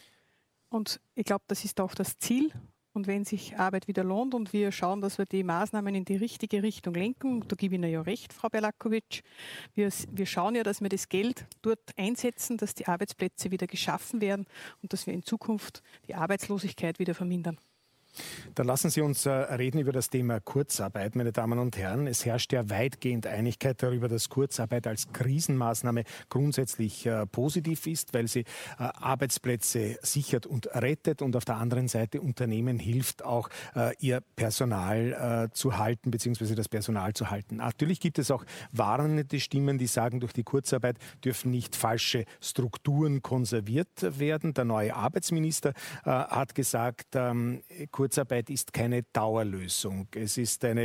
Und ich glaube, das ist auch das Ziel. Und wenn sich Arbeit wieder lohnt und wir schauen, dass wir die Maßnahmen in die richtige Richtung lenken, da gebe ich Ihnen ja recht, Frau Belakovic, wir schauen ja, dass wir das Geld dort einsetzen, dass die Arbeitsplätze wieder geschaffen werden und dass wir in Zukunft die Arbeitslosigkeit wieder vermindern. Dann lassen Sie uns reden über das Thema Kurzarbeit, meine Damen und Herren. Es herrscht ja weitgehend Einigkeit darüber, dass Kurzarbeit als Krisenmaßnahme grundsätzlich positiv ist, weil sie Arbeitsplätze sichert und rettet und auf der anderen Seite Unternehmen hilft, auch ihr Personal zu halten bzw. das Personal zu halten. Natürlich gibt es auch warnende Stimmen, die sagen, durch die Kurzarbeit dürfen nicht falsche Strukturen konserviert werden. Der neue Arbeitsminister hat gesagt, Kurzarbeit ist keine Dauerlösung. Es ist eine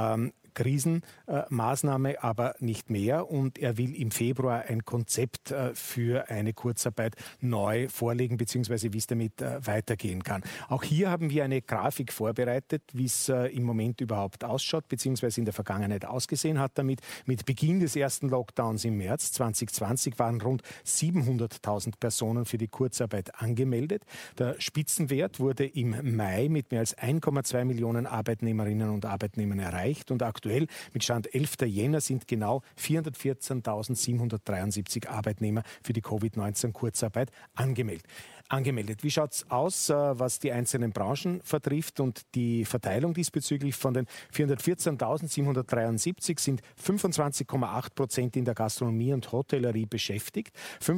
Krisenmaßnahme, aber nicht mehr. Und er will im Februar ein Konzept für eine Kurzarbeit neu vorlegen, beziehungsweise wie es damit weitergehen kann. Auch hier haben wir eine Grafik vorbereitet, wie es im Moment überhaupt ausschaut, beziehungsweise in der Vergangenheit ausgesehen hat damit. Mit Beginn des ersten Lockdowns im März 2020 waren rund 700.000 Personen für die Kurzarbeit angemeldet. Der Spitzenwert wurde im Mai mit mehr als 1,2 Millionen Arbeitnehmerinnen und Arbeitnehmern erreicht und aktuell mit Stand 11. Jänner sind genau 414.773 Arbeitnehmer für die Covid-19-Kurzarbeit angemeldet. angemeldet. Wie schaut es aus, was die einzelnen Branchen betrifft und die Verteilung diesbezüglich? Von den 414.773 sind 25,8% in der Gastronomie und Hotellerie beschäftigt,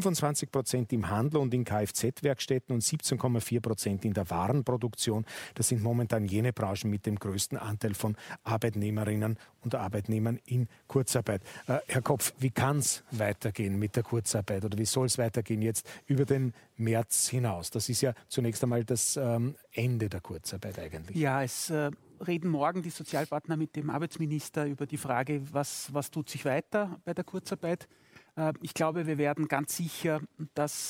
25% im Handel und in Kfz-Werkstätten und 17,4% in der Warenproduktion. Das sind momentan jene Branchen mit dem größten Anteil von Arbeitnehmerinnen und Arbeitnehmern in Kurzarbeit. Herr Kopf, wie kann es weitergehen mit der Kurzarbeit oder wie soll es weitergehen jetzt über den März hinaus? Das ist ja zunächst einmal das Ende der Kurzarbeit eigentlich. Ja, es reden morgen die Sozialpartner mit dem Arbeitsminister über die Frage, was tut sich weiter bei der Kurzarbeit. Ich glaube, wir werden ganz sicher, dass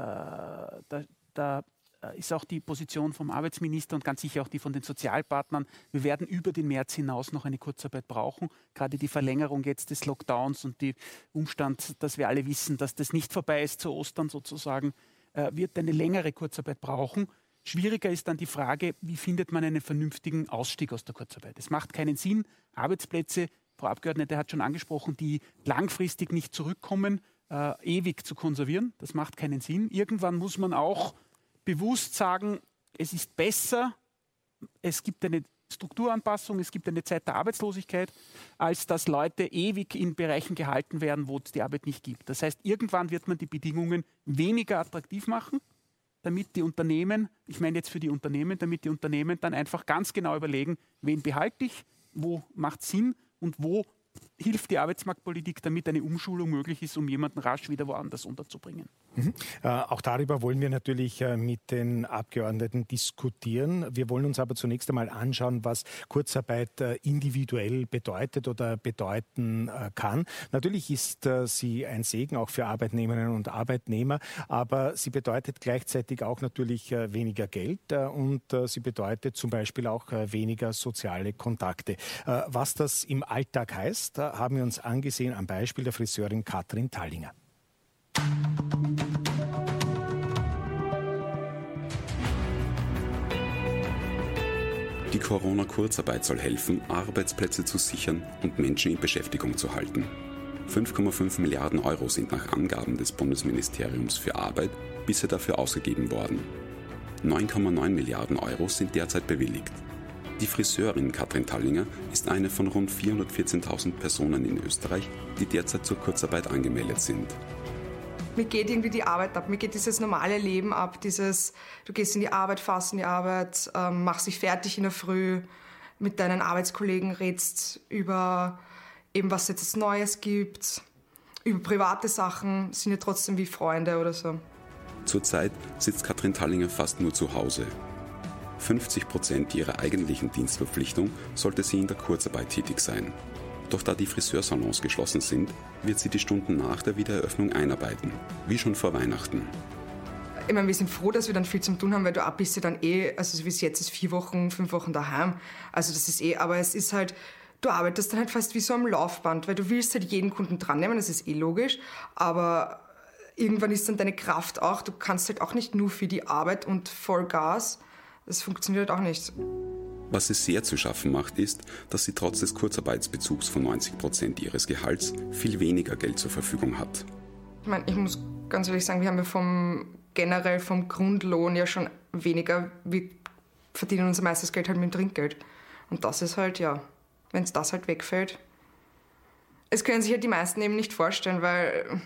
da ist auch die Position vom Arbeitsminister und ganz sicher auch die von den Sozialpartnern. Wir werden über den März hinaus noch eine Kurzarbeit brauchen. Gerade die Verlängerung jetzt des Lockdowns und der Umstand, dass wir alle wissen, dass das nicht vorbei ist zu Ostern sozusagen, wird eine längere Kurzarbeit brauchen. Schwieriger ist dann die Frage, wie findet man einen vernünftigen Ausstieg aus der Kurzarbeit. Es macht keinen Sinn, Arbeitsplätze, Frau Abgeordnete hat schon angesprochen, die langfristig nicht zurückkommen, ewig zu konservieren. Das macht keinen Sinn. Irgendwann muss man auch bewusst sagen, es ist besser, es gibt eine Strukturanpassung, es gibt eine Zeit der Arbeitslosigkeit, als dass Leute ewig in Bereichen gehalten werden, wo es die Arbeit nicht gibt. Das heißt, irgendwann wird man die Bedingungen weniger attraktiv machen, damit die Unternehmen, ich meine jetzt für die Unternehmen, damit die Unternehmen dann einfach ganz genau überlegen, wen behalte ich, wo macht es Sinn und wo hilft die Arbeitsmarktpolitik, damit eine Umschulung möglich ist, um jemanden rasch wieder woanders unterzubringen. Auch darüber wollen wir natürlich mit den Abgeordneten diskutieren. Wir wollen uns aber zunächst einmal anschauen, was Kurzarbeit individuell bedeutet oder bedeuten kann. Natürlich ist sie ein Segen auch für Arbeitnehmerinnen und Arbeitnehmer, aber sie bedeutet gleichzeitig auch natürlich weniger Geld und sie bedeutet zum Beispiel auch weniger soziale Kontakte. Was das im Alltag heißt, haben wir uns angesehen am Beispiel der Friseurin Katrin Tallinger. Die Corona-Kurzarbeit soll helfen, Arbeitsplätze zu sichern und Menschen in Beschäftigung zu halten. 5,5 Milliarden Euro sind nach Angaben des Bundesministeriums für Arbeit bisher dafür ausgegeben worden. 9,9 Milliarden Euro sind derzeit bewilligt. Die Friseurin Katrin Tallinger ist eine von rund 414.000 Personen in Österreich, die derzeit zur Kurzarbeit angemeldet sind. Mir geht irgendwie die Arbeit ab, mir geht dieses normale Leben ab, du gehst in die Arbeit, fährst in die Arbeit, machst dich fertig in der Früh, mit deinen Arbeitskollegen redst über eben, was es jetzt Neues gibt, über private Sachen, sind ja trotzdem wie Freunde oder so. Zurzeit sitzt Katrin Tallinger fast nur zu Hause. 50% ihrer eigentlichen Dienstverpflichtung sollte sie in der Kurzarbeit tätig sein. Doch da die Friseursalons geschlossen sind, wird sie die Stunden nach der Wiedereröffnung einarbeiten, wie schon vor Weihnachten. Ich meine, wir sind froh, dass wir dann viel zum tun haben, weil du bist ja dann also so wie es jetzt ist, 4 Wochen, 5 Wochen daheim. Also das ist aber es ist halt, du arbeitest dann halt fast wie so am Laufband, weil du willst halt jeden Kunden dran nehmen, das ist logisch, aber irgendwann ist dann deine Kraft auch, du kannst halt auch nicht nur für die Arbeit und Vollgas. Das funktioniert auch nicht. Was es sehr zu schaffen macht, ist, dass sie trotz des Kurzarbeitsbezugs von 90% ihres Gehalts viel weniger Geld zur Verfügung hat. Ich muss ganz ehrlich sagen, wir haben ja generell vom Grundlohn ja schon weniger. Wir verdienen unser meistes Geld halt mit dem Trinkgeld. Und das ist halt, wenn es das halt wegfällt. Es können sich halt die meisten eben nicht vorstellen, weil,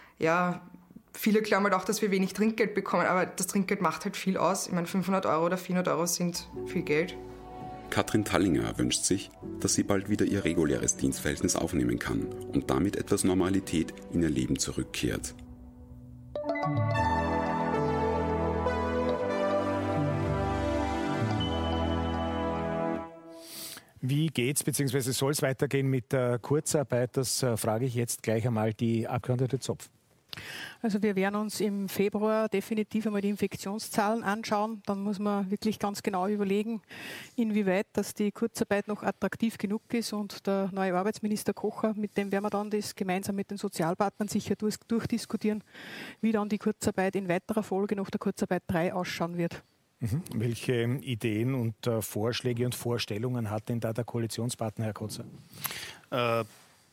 viele glauben halt auch, dass wir wenig Trinkgeld bekommen, aber das Trinkgeld macht halt viel aus. Ich meine, 500 Euro oder 400 Euro sind viel Geld. Katrin Tallinger wünscht sich, dass sie bald wieder ihr reguläres Dienstverhältnis aufnehmen kann und damit etwas Normalität in ihr Leben zurückkehrt. Wie geht's bzw. soll es weitergehen mit der Kurzarbeit? Das frage ich jetzt gleich einmal die Abgeordnete Zopf. Also wir werden uns im Februar definitiv einmal die Infektionszahlen anschauen. Dann muss man wirklich ganz genau überlegen, inwieweit dass die Kurzarbeit noch attraktiv genug ist. Und der neue Arbeitsminister Kocher, mit dem werden wir dann das gemeinsam mit den Sozialpartnern sicher durchdiskutieren, wie dann die Kurzarbeit in weiterer Folge nach der Kurzarbeit 3 ausschauen wird. Welche Ideen und Vorschläge und Vorstellungen hat denn da der Koalitionspartner, Herr Kotzer?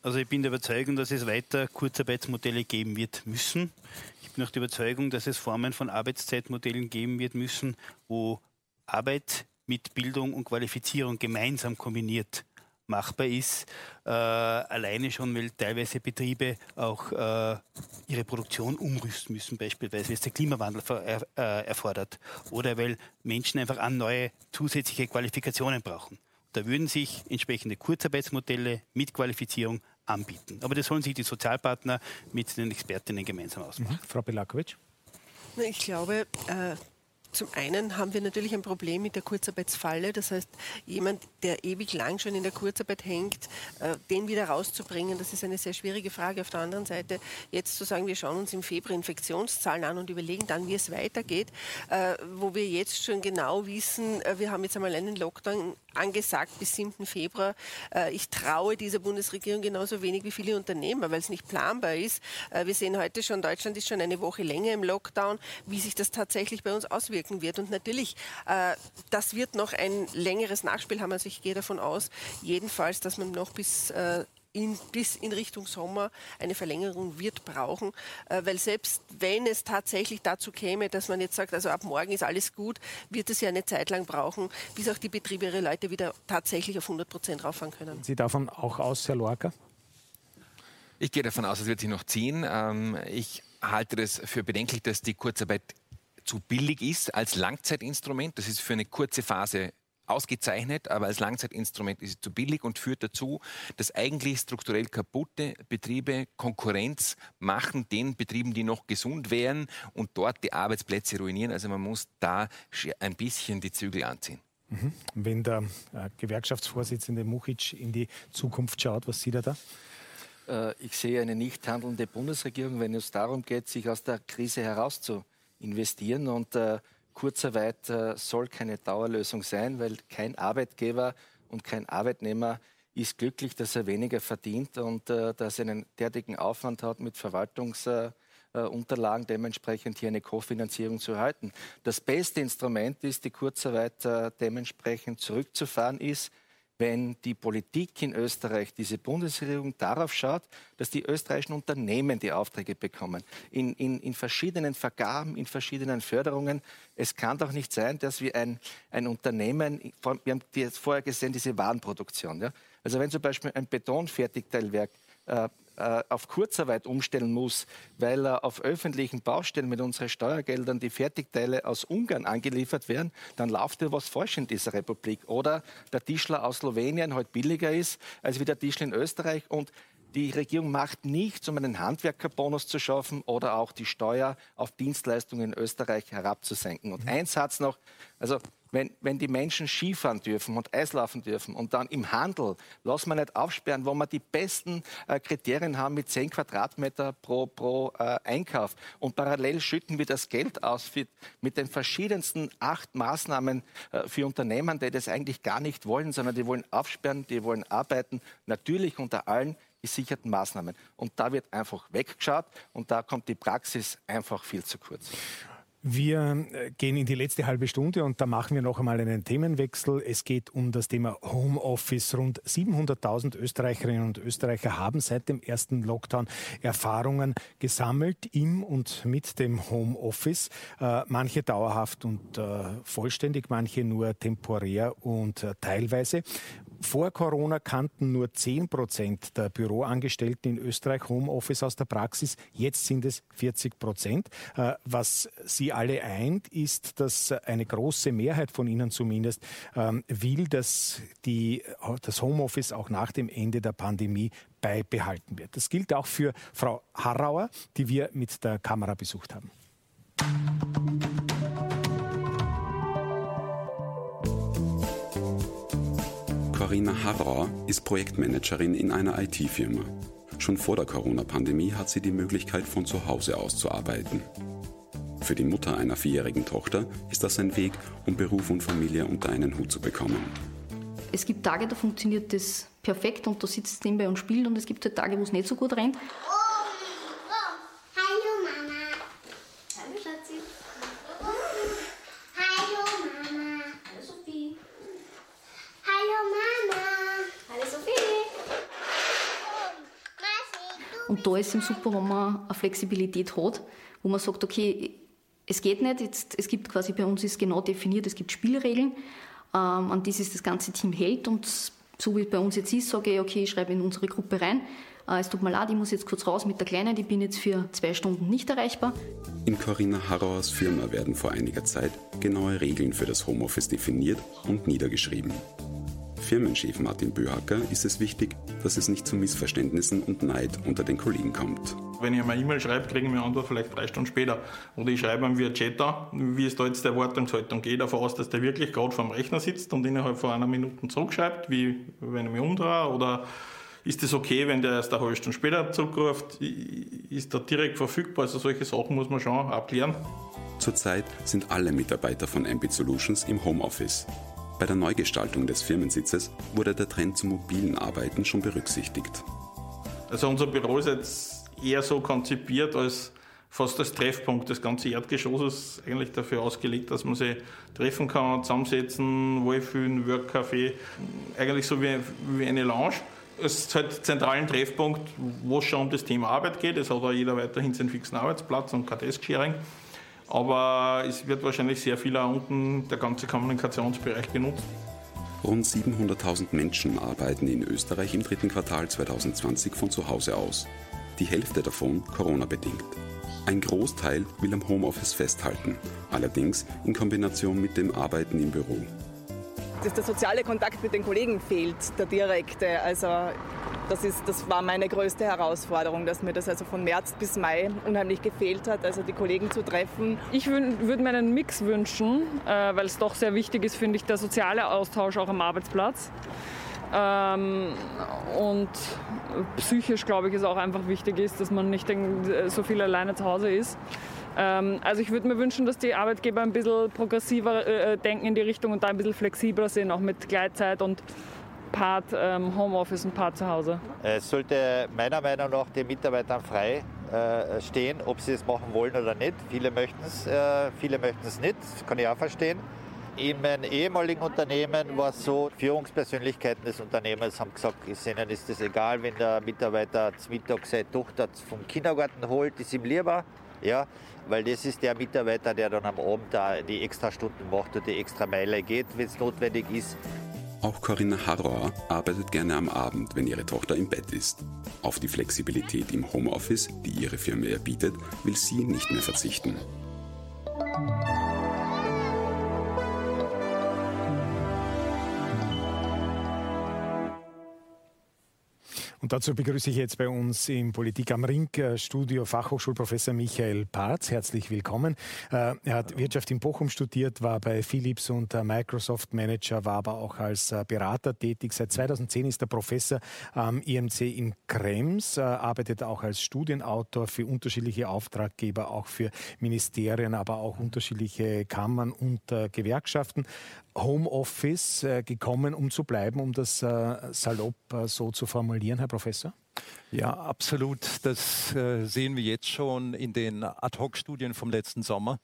Also ich bin der Überzeugung, dass es weiter Kurzarbeitsmodelle geben wird müssen. Ich bin auch der Überzeugung, dass es Formen von Arbeitszeitmodellen geben wird müssen, wo Arbeit mit Bildung und Qualifizierung gemeinsam kombiniert machbar ist. Alleine schon, weil teilweise Betriebe auch ihre Produktion umrüsten müssen, beispielsweise, weil es der Klimawandel erfordert. Oder weil Menschen einfach an neue zusätzliche Qualifikationen brauchen. Da würden sich entsprechende Kurzarbeitsmodelle mit Qualifizierung anbieten. Aber das sollen sich die Sozialpartner mit den Expertinnen gemeinsam ausmachen. Frau Belakovic? Ich glaube, zum einen haben wir natürlich ein Problem mit der Kurzarbeitsfalle. Das heißt, jemand, der ewig lang schon in der Kurzarbeit hängt, den wieder rauszubringen, das ist eine sehr schwierige Frage. Auf der anderen Seite, jetzt zu sagen, wir schauen uns im Februar Infektionszahlen an und überlegen dann, wie es weitergeht, wo wir jetzt schon genau wissen, wir haben jetzt einmal einen Lockdown angesagt bis 7. Februar. Ich traue dieser Bundesregierung genauso wenig wie viele Unternehmer, weil es nicht planbar ist. Wir sehen heute schon, Deutschland ist schon eine Woche länger im Lockdown, wie sich das tatsächlich bei uns auswirkt wird. Und natürlich, das wird noch ein längeres Nachspiel haben. Also ich gehe davon aus, jedenfalls, dass man noch bis in Richtung Sommer eine Verlängerung wird brauchen, weil selbst wenn es tatsächlich dazu käme, dass man jetzt sagt, also ab morgen ist alles gut, wird es ja eine Zeit lang brauchen, bis auch die Betriebe ihre Leute wieder tatsächlich auf 100% rauffahren können. Sie davon auch aus, Herr Lorca? Ich gehe davon aus, es wird sich noch ziehen. Ich halte das für bedenklich, dass die Kurzarbeit zu billig ist als Langzeitinstrument. Das ist für eine kurze Phase ausgezeichnet, aber als Langzeitinstrument ist es zu billig und führt dazu, dass eigentlich strukturell kaputte Betriebe Konkurrenz machen den Betrieben, die noch gesund wären und dort die Arbeitsplätze ruinieren. Also man muss da ein bisschen die Zügel anziehen. Wenn der Gewerkschaftsvorsitzende Muchic in die Zukunft schaut, was sieht er da? Ich sehe eine nicht handelnde Bundesregierung, wenn es darum geht, sich aus der Krise herauszuinvestieren. Und Kurzarbeit soll keine Dauerlösung sein, weil kein Arbeitgeber und kein Arbeitnehmer ist glücklich, dass er weniger verdient und dass er einen derartigen Aufwand hat mit Verwaltungsunterlagen, dementsprechend hier eine Kofinanzierung zu erhalten. Das beste Instrument ist, die Kurzarbeit dementsprechend zurückzufahren ist, wenn die Politik in Österreich, diese Bundesregierung darauf schaut, dass die österreichischen Unternehmen die Aufträge bekommen. In verschiedenen Vergaben, in verschiedenen Förderungen. Es kann doch nicht sein, dass wir ein Unternehmen, wir haben jetzt vorher gesehen, diese Warenproduktion. Ja? Also wenn zum Beispiel ein Betonfertigteilwerk auf Kurzarbeit umstellen muss, weil auf öffentlichen Baustellen mit unseren Steuergeldern die Fertigteile aus Ungarn angeliefert werden, dann läuft ja was falsch in dieser Republik. Oder der Tischler aus Slowenien halt billiger ist als wie der Tischler in Österreich und die Regierung macht nichts, um einen Handwerkerbonus zu schaffen oder auch die Steuer auf Dienstleistungen in Österreich herabzusenken. Und ein Satz noch, also wenn die Menschen Skifahren dürfen und Eislaufen dürfen und dann im Handel, lassen wir nicht aufsperren, wo wir die besten Kriterien haben mit 10 Quadratmeter pro Einkauf. Und parallel schütten wir das Geld aus mit den verschiedensten 8 Maßnahmen für Unternehmen, die das eigentlich gar nicht wollen, sondern die wollen aufsperren, die wollen arbeiten, natürlich unter allen gesicherten Maßnahmen. Und da wird einfach weggeschaut und da kommt die Praxis einfach viel zu kurz. Wir gehen in die letzte halbe Stunde und da machen wir noch einmal einen Themenwechsel. Es geht um das Thema Homeoffice. Rund 700.000 Österreicherinnen und Österreicher haben seit dem ersten Lockdown Erfahrungen gesammelt im und mit dem Homeoffice. Manche dauerhaft und vollständig, manche nur temporär und teilweise. Vor Corona kannten nur 10% der Büroangestellten in Österreich Homeoffice aus der Praxis. Jetzt sind es 40%. Was sie alle eint, ist, dass eine große Mehrheit von ihnen zumindest will, dass das Homeoffice auch nach dem Ende der Pandemie beibehalten wird. Das gilt auch für Frau Harrauer, die wir mit der Kamera besucht haben. Corinna Harrauer ist Projektmanagerin in einer IT-Firma. Schon vor der Corona-Pandemie hat sie die Möglichkeit, von zu Hause aus zu arbeiten. Für die Mutter einer 4-jährigen Tochter ist das ein Weg, um Beruf und Familie unter einen Hut zu bekommen. Es gibt Tage, da funktioniert das perfekt und da sitzt nebenbei und spielt und es gibt halt Tage, wo es nicht so gut rennt. Und da ist es ihm super, wenn man eine Flexibilität hat, wo man sagt, okay, es geht nicht, es gibt quasi, bei uns ist genau definiert, es gibt Spielregeln, an die sich das ganze Team hält. Und so wie es bei uns jetzt ist, sage ich, okay, ich schreibe in unsere Gruppe rein, es tut mir leid, ich muss jetzt kurz raus mit der Kleinen, ich bin jetzt für 2 Stunden nicht erreichbar. In Corinna Harauers Firma werden vor einiger Zeit genaue Regeln für das Homeoffice definiert und niedergeschrieben. Firmenchef Martin Böhacker ist es wichtig, dass es nicht zu Missverständnissen und Neid unter den Kollegen kommt. Wenn ich eine E-Mail schreibe, kriege ich eine Antwort vielleicht 3 Stunden später. Oder ich schreibe ihm via Chat an, wie ist da jetzt die Erwartungshaltung. Gehe davon aus, dass der wirklich gerade vor dem Rechner sitzt und innerhalb von einer Minute zurückschreibt, wie wenn ich mich umdrehe. Oder ist es okay, wenn der erst eine halbe Stunde später zurückruft? Ist der direkt verfügbar? Also solche Sachen muss man schon abklären. Zurzeit sind alle Mitarbeiter von Ambit Solutions im Homeoffice. Bei der Neugestaltung des Firmensitzes wurde der Trend zum mobilen Arbeiten schon berücksichtigt. Also unser Büro ist jetzt eher so konzipiert als fast als Treffpunkt. Das ganze Erdgeschoss ist eigentlich dafür ausgelegt, dass man sich treffen kann, zusammensetzen, wohlfühlen, Workcafé. Eigentlich so wie eine Lounge. Es ist halt zentralen Treffpunkt, wo es schon um das Thema Arbeit geht. Es hat auch jeder weiterhin seinen fixen Arbeitsplatz und kein Desk-Sharing. Aber es wird wahrscheinlich sehr viel auch unten der ganze Kommunikationsbereich genutzt. Rund 700.000 Menschen arbeiten in Österreich im 3. Quartal 2020 von zu Hause aus. Die Hälfte davon Corona-bedingt. Ein Großteil will am Homeoffice festhalten, allerdings in Kombination mit dem Arbeiten im Büro. Dass der soziale Kontakt mit den Kollegen fehlt, der direkte. Also das war meine größte Herausforderung, dass mir das also von März bis Mai unheimlich gefehlt hat, also die Kollegen zu treffen. Ich würde mir einen Mix wünschen, weil es doch sehr wichtig ist, finde ich, der soziale Austausch auch am Arbeitsplatz. Und psychisch, glaube ich, ist auch einfach wichtig ist, dass man nicht so viel alleine zu Hause ist. Also ich würde mir wünschen, dass die Arbeitgeber ein bisschen progressiver denken in die Richtung und da ein bisschen flexibler sind, auch mit Gleitzeit und Part Homeoffice und Part zu Hause. Es sollte meiner Meinung nach den Mitarbeitern frei stehen, ob sie es machen wollen oder nicht. Viele möchten es nicht, das kann ich auch verstehen. In meinem ehemaligen Unternehmen war es so, Führungspersönlichkeiten des Unternehmens haben gesagt, ihnen ist es egal, wenn der Mitarbeiter zum Mittag seine Tochter vom Kindergarten holt, ist ihm lieber. Ja, weil das ist der Mitarbeiter, der dann am Abend da die extra Stunden macht und die extra Meile geht, wenn es notwendig ist. Auch Corinna Harauer arbeitet gerne am Abend, wenn ihre Tochter im Bett ist. Auf die Flexibilität im Homeoffice, die ihre Firma ihr bietet, will sie nicht mehr verzichten. Und dazu begrüße ich jetzt bei uns im Politik am Ring Studio Fachhochschulprofessor Michael Parz. Herzlich willkommen. Er hat Wirtschaft in Bochum studiert, war bei Philips und Microsoft Manager, war aber auch als Berater tätig. Seit 2010 ist er Professor am IMC in Krems, arbeitet auch als Studienautor für unterschiedliche Auftraggeber, auch für Ministerien, aber auch unterschiedliche Kammern und Gewerkschaften. Homeoffice gekommen, um zu bleiben, um das salopp so zu formulieren, Herr Professor? Ja, absolut. Das sehen wir jetzt schon in den Ad-Hoc-Studien vom letzten Sommer.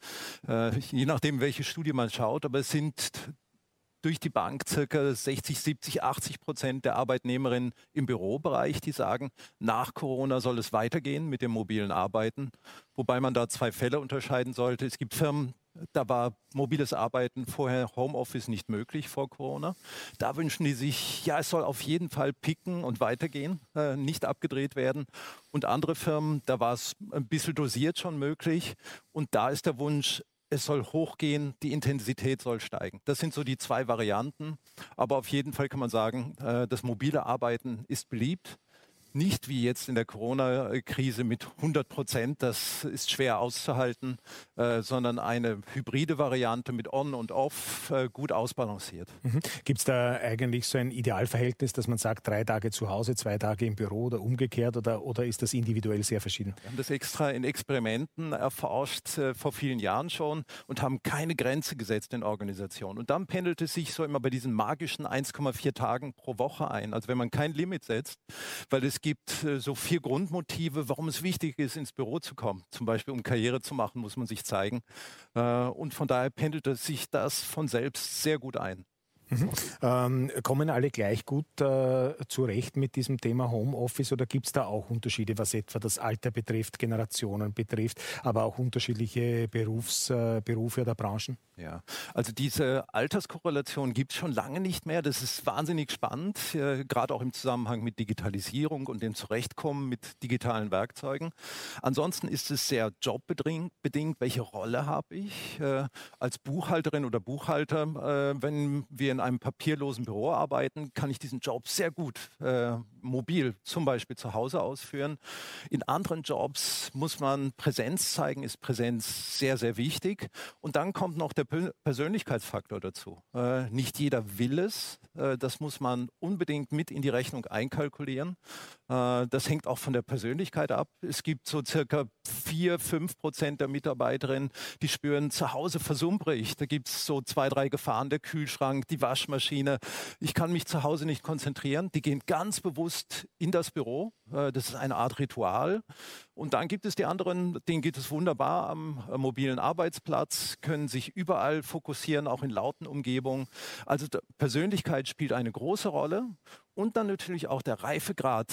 Je nachdem, welche Studie man schaut, aber es sind durch die Bank ca. 60, 70, 80% der Arbeitnehmerinnen im Bürobereich, die sagen, nach Corona soll es weitergehen mit dem mobilen Arbeiten. Wobei man da 2 Fälle unterscheiden sollte. Es gibt Firmen, da war mobiles Arbeiten vorher Homeoffice nicht möglich vor Corona. Da wünschen die sich, ja, es soll auf jeden Fall picken und weitergehen, nicht abgedreht werden. Und andere Firmen, da war es ein bisschen dosiert schon möglich. Und da ist der Wunsch, es soll hochgehen, die Intensität soll steigen. Das sind so die 2 Varianten. Aber auf jeden Fall kann man sagen, das mobile Arbeiten ist beliebt. Nicht wie jetzt in der Corona-Krise mit 100%, das ist schwer auszuhalten, sondern eine hybride Variante mit On und Off, gut ausbalanciert. Gibt es da eigentlich so ein Idealverhältnis, dass man sagt, 3 Tage zu Hause, 2 Tage im Büro oder umgekehrt, oder ist das individuell sehr verschieden? Wir haben das extra in Experimenten erforscht, vor vielen Jahren schon, und haben keine Grenze gesetzt in Organisationen. Und dann pendelt es sich so immer bei diesen magischen 1,4 Tagen pro Woche ein. Also wenn man kein Limit setzt, weil es gibt so 4 Grundmotive, warum es wichtig ist, ins Büro zu kommen. Zum Beispiel, um Karriere zu machen, muss man sich zeigen. Und von daher pendelt es sich das von selbst sehr gut ein. Kommen alle gleich gut zurecht mit diesem Thema Homeoffice oder gibt es da auch Unterschiede, was etwa das Alter betrifft, Generationen betrifft, aber auch unterschiedliche Berufe oder Branchen? Ja, also diese Alterskorrelation gibt es schon lange nicht mehr. Das ist wahnsinnig spannend, gerade auch im Zusammenhang mit Digitalisierung und dem Zurechtkommen mit digitalen Werkzeugen. Ansonsten ist es sehr jobbedingt, welche Rolle habe ich als Buchhalterin oder Buchhalter. Wenn wir in einem papierlosen Büro arbeiten, kann ich diesen Job sehr gut mobil, zum Beispiel zu Hause ausführen. In anderen Jobs muss man Präsenz zeigen, ist Präsenz sehr, sehr wichtig. Und dann kommt noch der Persönlichkeitsfaktor dazu. Nicht jeder will es. Das muss man unbedingt mit in die Rechnung einkalkulieren. Das hängt auch von der Persönlichkeit ab. Es gibt so circa 4-5% der Mitarbeiterinnen, die spüren, zu Hause versumpere ich. Da gibt es so 2, 3 Gefahren, der Kühlschrank, die Waschmaschine. Ich kann mich zu Hause nicht konzentrieren. Die gehen ganz bewusst in das Büro. Das ist eine Art Ritual. Und dann gibt es die anderen, denen geht es wunderbar am mobilen Arbeitsplatz, können sich überall fokussieren, auch in lauten Umgebungen. Also Persönlichkeit spielt eine große Rolle. Und dann natürlich auch der Reifegrad.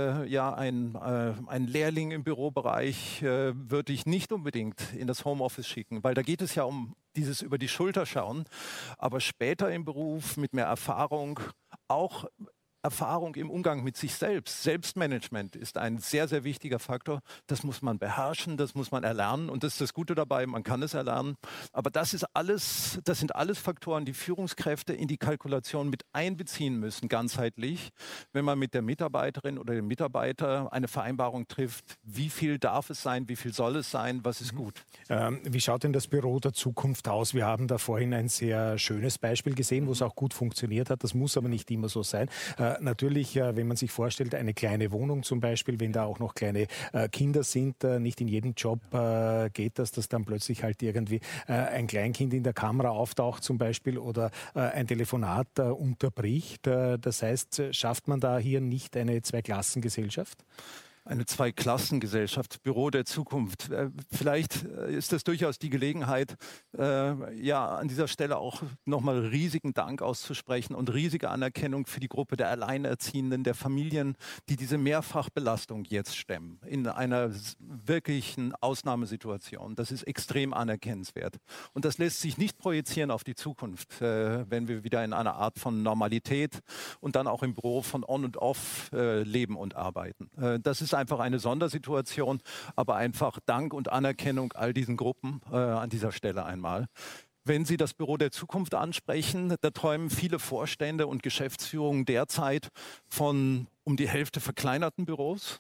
Ein Lehrling im Bürobereich würde ich nicht unbedingt in das Homeoffice schicken, weil da geht es ja um dieses über die Schulter schauen. Aber später im Beruf mit mehr Erfahrung, auch Erfahrung im Umgang mit sich selbst. Selbstmanagement ist ein sehr, sehr wichtiger Faktor. Das muss man beherrschen, das muss man erlernen. Und das ist das Gute dabei, man kann es erlernen. Aber das sind alles Faktoren, die Führungskräfte in die Kalkulation mit einbeziehen müssen, ganzheitlich, wenn man mit der Mitarbeiterin oder dem Mitarbeiter eine Vereinbarung trifft. Wie viel darf es sein, wie viel soll es sein, was ist gut? Wie schaut denn das Büro der Zukunft aus? Wir haben da vorhin ein sehr schönes Beispiel gesehen, wo es auch gut funktioniert hat. Das muss aber nicht immer so sein. Natürlich, wenn man sich vorstellt, eine kleine Wohnung zum Beispiel, wenn da auch noch kleine Kinder sind, nicht in jedem Job geht das, dass dann plötzlich halt irgendwie ein Kleinkind in der Kamera auftaucht zum Beispiel oder ein Telefonat unterbricht. Das heißt, schafft man da hier nicht eine Zweiklassengesellschaft? Eine Zweiklassengesellschaft, Büro der Zukunft. Vielleicht ist das durchaus die Gelegenheit, an dieser Stelle auch nochmal riesigen Dank auszusprechen und riesige Anerkennung für die Gruppe der Alleinerziehenden, der Familien, die diese Mehrfachbelastung jetzt stemmen, in einer wirklichen Ausnahmesituation. Das ist extrem anerkennenswert. Und das lässt sich nicht projizieren auf die Zukunft, wenn wir wieder in einer Art von Normalität und dann auch im Büro von On und Off leben und arbeiten. Das ist einfach eine Sondersituation, aber einfach Dank und Anerkennung all diesen Gruppen an dieser Stelle einmal. Wenn Sie das Büro der Zukunft ansprechen, da träumen viele Vorstände und Geschäftsführungen derzeit von um die Hälfte verkleinerten Büros.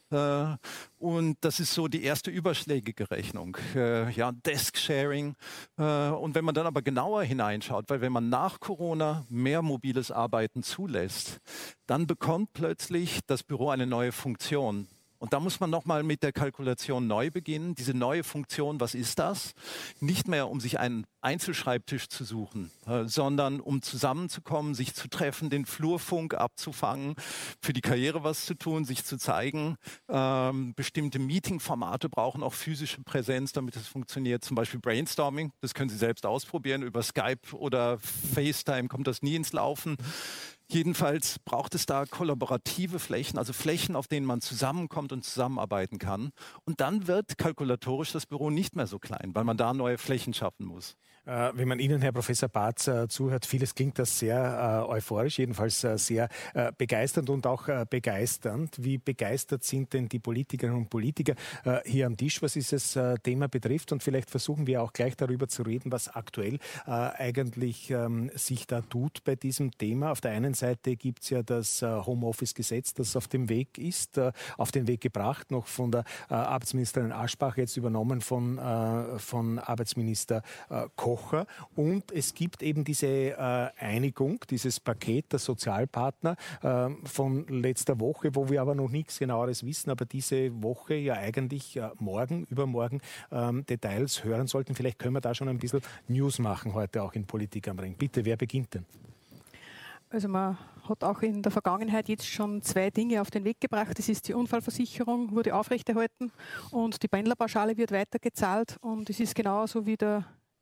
Und das ist so die erste überschlägige Rechnung. Desk-Sharing. Und wenn man dann aber genauer hineinschaut, weil wenn man nach Corona mehr mobiles Arbeiten zulässt, dann bekommt plötzlich das Büro eine neue Funktion. Und da muss man nochmal mit der Kalkulation neu beginnen. Diese neue Funktion, was ist das? Nicht mehr, um sich einen Einzelschreibtisch zu suchen, sondern um zusammenzukommen, sich zu treffen, den Flurfunk abzufangen, für die Karriere was zu tun, sich zu zeigen. Bestimmte Meeting-Formate brauchen auch physische Präsenz, damit es funktioniert. Zum Beispiel Brainstorming, das können Sie selbst ausprobieren. Über Skype oder FaceTime kommt das nie ins Laufen. Jedenfalls braucht es da kollaborative Flächen, also Flächen, auf denen man zusammenkommt und zusammenarbeiten kann. Und dann wird kalkulatorisch das Büro nicht mehr so klein, weil man da neue Flächen schaffen muss. Wenn man Ihnen, Herr Professor Barz, zuhört, vieles klingt das sehr euphorisch, jedenfalls sehr begeisternd und auch begeisternd. Wie begeistert sind denn die Politikerinnen und Politiker hier am Tisch, was dieses Thema betrifft? Und vielleicht versuchen wir auch gleich darüber zu reden, was aktuell eigentlich sich da tut bei diesem Thema. Auf der einen Seite gibt es ja das Homeoffice-Gesetz, das auf dem Weg ist, auf den Weg gebracht, noch von der Arbeitsministerin Aschbach, jetzt übernommen von Arbeitsminister Kocher. Und es gibt eben diese Einigung, dieses Paket der Sozialpartner von letzter Woche, wo wir aber noch nichts Genaueres wissen, aber diese Woche ja eigentlich morgen, übermorgen Details hören sollten. Vielleicht können wir da schon ein bisschen News machen heute auch in Politik am Ring. Bitte, wer beginnt denn? Also man hat auch in der Vergangenheit jetzt schon 2 Dinge auf den Weg gebracht. Das ist die Unfallversicherung, wurde aufrechterhalten und die Pendlerpauschale wird weitergezahlt. Und es ist genauso wie der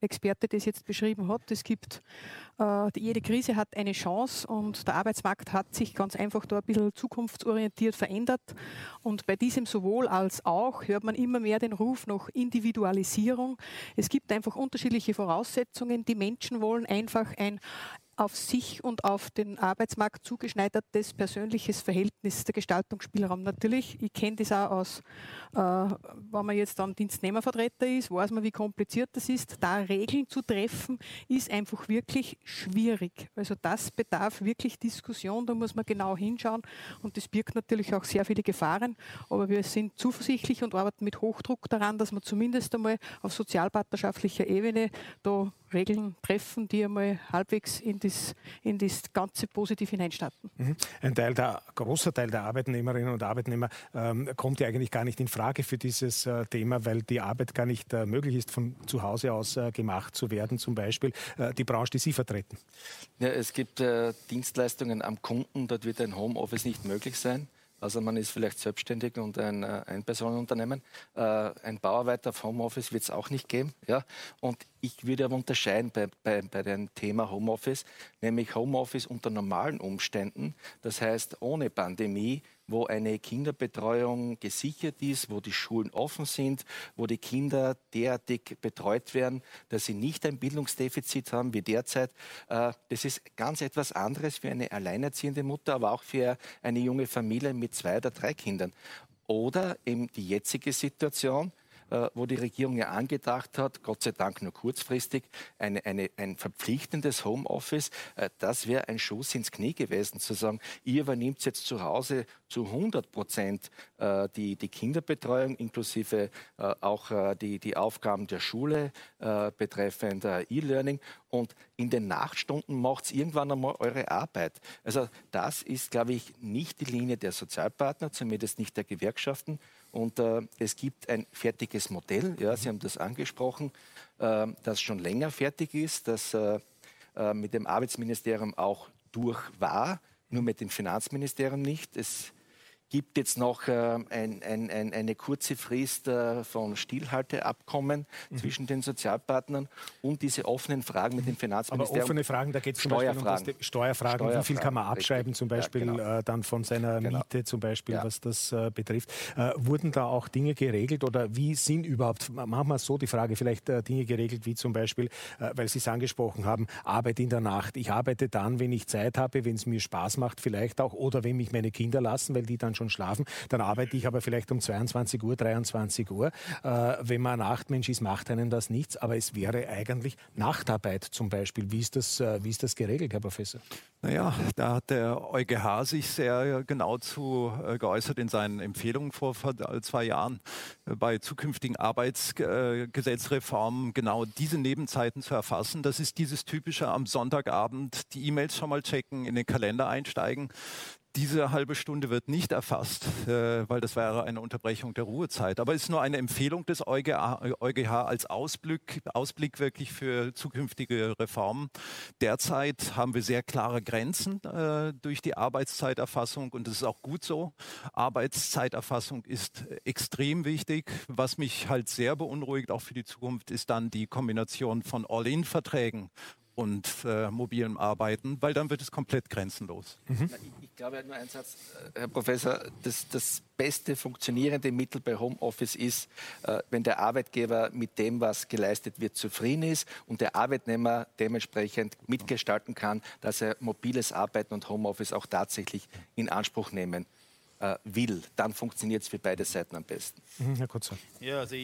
Experte das jetzt beschrieben hat. Es gibt, jede Krise hat eine Chance und der Arbeitsmarkt hat sich ganz einfach da ein bisschen zukunftsorientiert verändert. Und bei diesem sowohl als auch hört man immer mehr den Ruf nach Individualisierung. Es gibt einfach unterschiedliche Voraussetzungen. Die Menschen wollen einfach ein auf sich und auf den Arbeitsmarkt zugeschneidertes persönliches Verhältnis, der Gestaltungsspielraum. Natürlich, ich kenne das auch aus, wenn man jetzt dann Dienstnehmervertreter ist, weiß man, wie kompliziert das ist. Da Regeln zu treffen, ist einfach wirklich schwierig. Also das bedarf wirklich Diskussion, da muss man genau hinschauen und das birgt natürlich auch sehr viele Gefahren. Aber wir sind zuversichtlich und arbeiten mit Hochdruck daran, dass wir zumindest einmal auf sozialpartnerschaftlicher Ebene da Regeln treffen, die einmal halbwegs in das Ganze positiv hineinstarten. Ein großer Teil der Arbeitnehmerinnen und Arbeitnehmer kommt ja eigentlich gar nicht in Frage für dieses Thema, weil die Arbeit gar nicht möglich ist, von zu Hause aus gemacht zu werden, zum Beispiel die Branche, die Sie vertreten. Ja, es gibt Dienstleistungen am Kunden, dort wird ein Homeoffice nicht möglich sein. Also man ist vielleicht selbstständig und ein Einpersonenunternehmen. Ein Bauarbeiter auf Homeoffice wird es auch nicht geben. Ja? Und ich würde aber unterscheiden bei dem Thema Homeoffice, nämlich Homeoffice unter normalen Umständen, das heißt ohne Pandemie, wo eine Kinderbetreuung gesichert ist, wo die Schulen offen sind, wo die Kinder derartig betreut werden, dass sie nicht ein Bildungsdefizit haben wie derzeit. Das ist ganz etwas anderes für eine alleinerziehende Mutter, aber auch für eine junge Familie mit 2 oder 3 Kindern. Oder eben die jetzige Situation, wo die Regierung ja angedacht hat, Gott sei Dank nur kurzfristig, ein verpflichtendes Homeoffice. Das wäre ein Schuss ins Knie gewesen, zu sagen, ihr übernehmt jetzt zu Hause zu 100% die Kinderbetreuung, inklusive auch die Aufgaben der Schule betreffend E-Learning. Und in den Nachtstunden macht es irgendwann einmal eure Arbeit. Also das ist, glaube ich, nicht die Linie der Sozialpartner, zumindest nicht der Gewerkschaften. Und es gibt ein fertiges Modell, ja, Sie haben das angesprochen, das schon länger fertig ist, das mit dem Arbeitsministerium auch durch war, nur mit dem Finanzministerium nicht. Es gibt jetzt noch eine kurze Frist von Stillhalteabkommen zwischen den Sozialpartnern und diese offenen Fragen mit dem Finanzministerium. Aber offene Fragen, da geht es zum Beispiel um Steuerfragen. Wie viel kann man abschreiben, richtig. Zum Beispiel dann von seiner Miete, zum Beispiel, was das betrifft. Wurden da auch Dinge geregelt oder wie sind überhaupt, machen wir so die Frage, vielleicht Dinge geregelt, wie zum Beispiel, weil Sie es angesprochen haben, Arbeit in der Nacht. Ich arbeite dann, wenn ich Zeit habe, wenn es mir Spaß macht vielleicht auch oder wenn mich meine Kinder lassen, weil die dann schon schlafen, dann arbeite ich aber vielleicht um 22 Uhr, 23 Uhr. Wenn man ein Nachtmensch ist, macht einen das nichts, aber es wäre eigentlich Nachtarbeit zum Beispiel. Wie ist das geregelt, Herr Professor? Naja, da hat der EuGH sich sehr genau zu geäußert in seinen Empfehlungen vor 2 Jahren bei zukünftigen Arbeitsgesetzreformen genau diese Nebenzeiten zu erfassen. Das ist dieses typische am Sonntagabend die E-Mails schon mal checken, in den Kalender einsteigen. Diese halbe Stunde wird nicht erfasst, weil das wäre eine Unterbrechung der Ruhezeit. Aber es ist nur eine Empfehlung des EuGH als Ausblick wirklich für zukünftige Reformen. Derzeit haben wir sehr klare Grenzen durch die Arbeitszeiterfassung und das ist auch gut so. Arbeitszeiterfassung ist extrem wichtig. Was mich halt sehr beunruhigt, auch für die Zukunft, ist dann die Kombination von All-in-Verträgen und mobilem Arbeiten, weil dann wird es komplett grenzenlos. Ich glaube, nur ein Satz, Herr Professor, das beste funktionierende Mittel bei Homeoffice ist, wenn der Arbeitgeber mit dem, was geleistet wird, zufrieden ist und der Arbeitnehmer dementsprechend mitgestalten kann, dass er mobiles Arbeiten und Homeoffice auch tatsächlich in Anspruch nehmen will. Dann funktioniert es für beide Seiten am besten. Herr Kotzer. Ja, also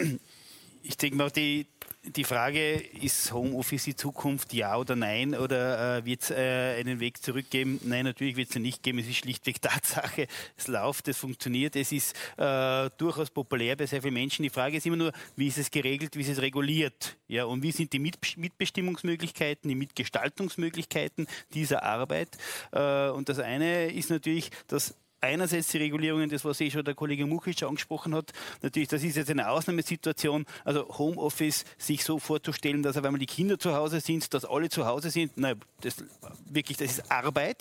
ich denke mal, die Frage, ist Homeoffice die Zukunft, ja oder nein? Oder wird es einen Weg zurückgeben? Nein, natürlich wird es nicht geben. Es ist schlichtweg Tatsache. Es läuft, es funktioniert. Es ist durchaus populär bei sehr vielen Menschen. Die Frage ist immer nur, wie ist es geregelt, wie ist es reguliert? Ja, und wie sind die Mitbestimmungsmöglichkeiten, die Mitgestaltungsmöglichkeiten dieser Arbeit? Und das eine ist natürlich, dass einerseits die Regulierungen, das was schon der Kollege Muchic angesprochen hat, natürlich, das ist jetzt eine Ausnahmesituation, also Homeoffice sich so vorzustellen, dass wenn die Kinder zu Hause sind, dass alle zu Hause sind, nein, das ist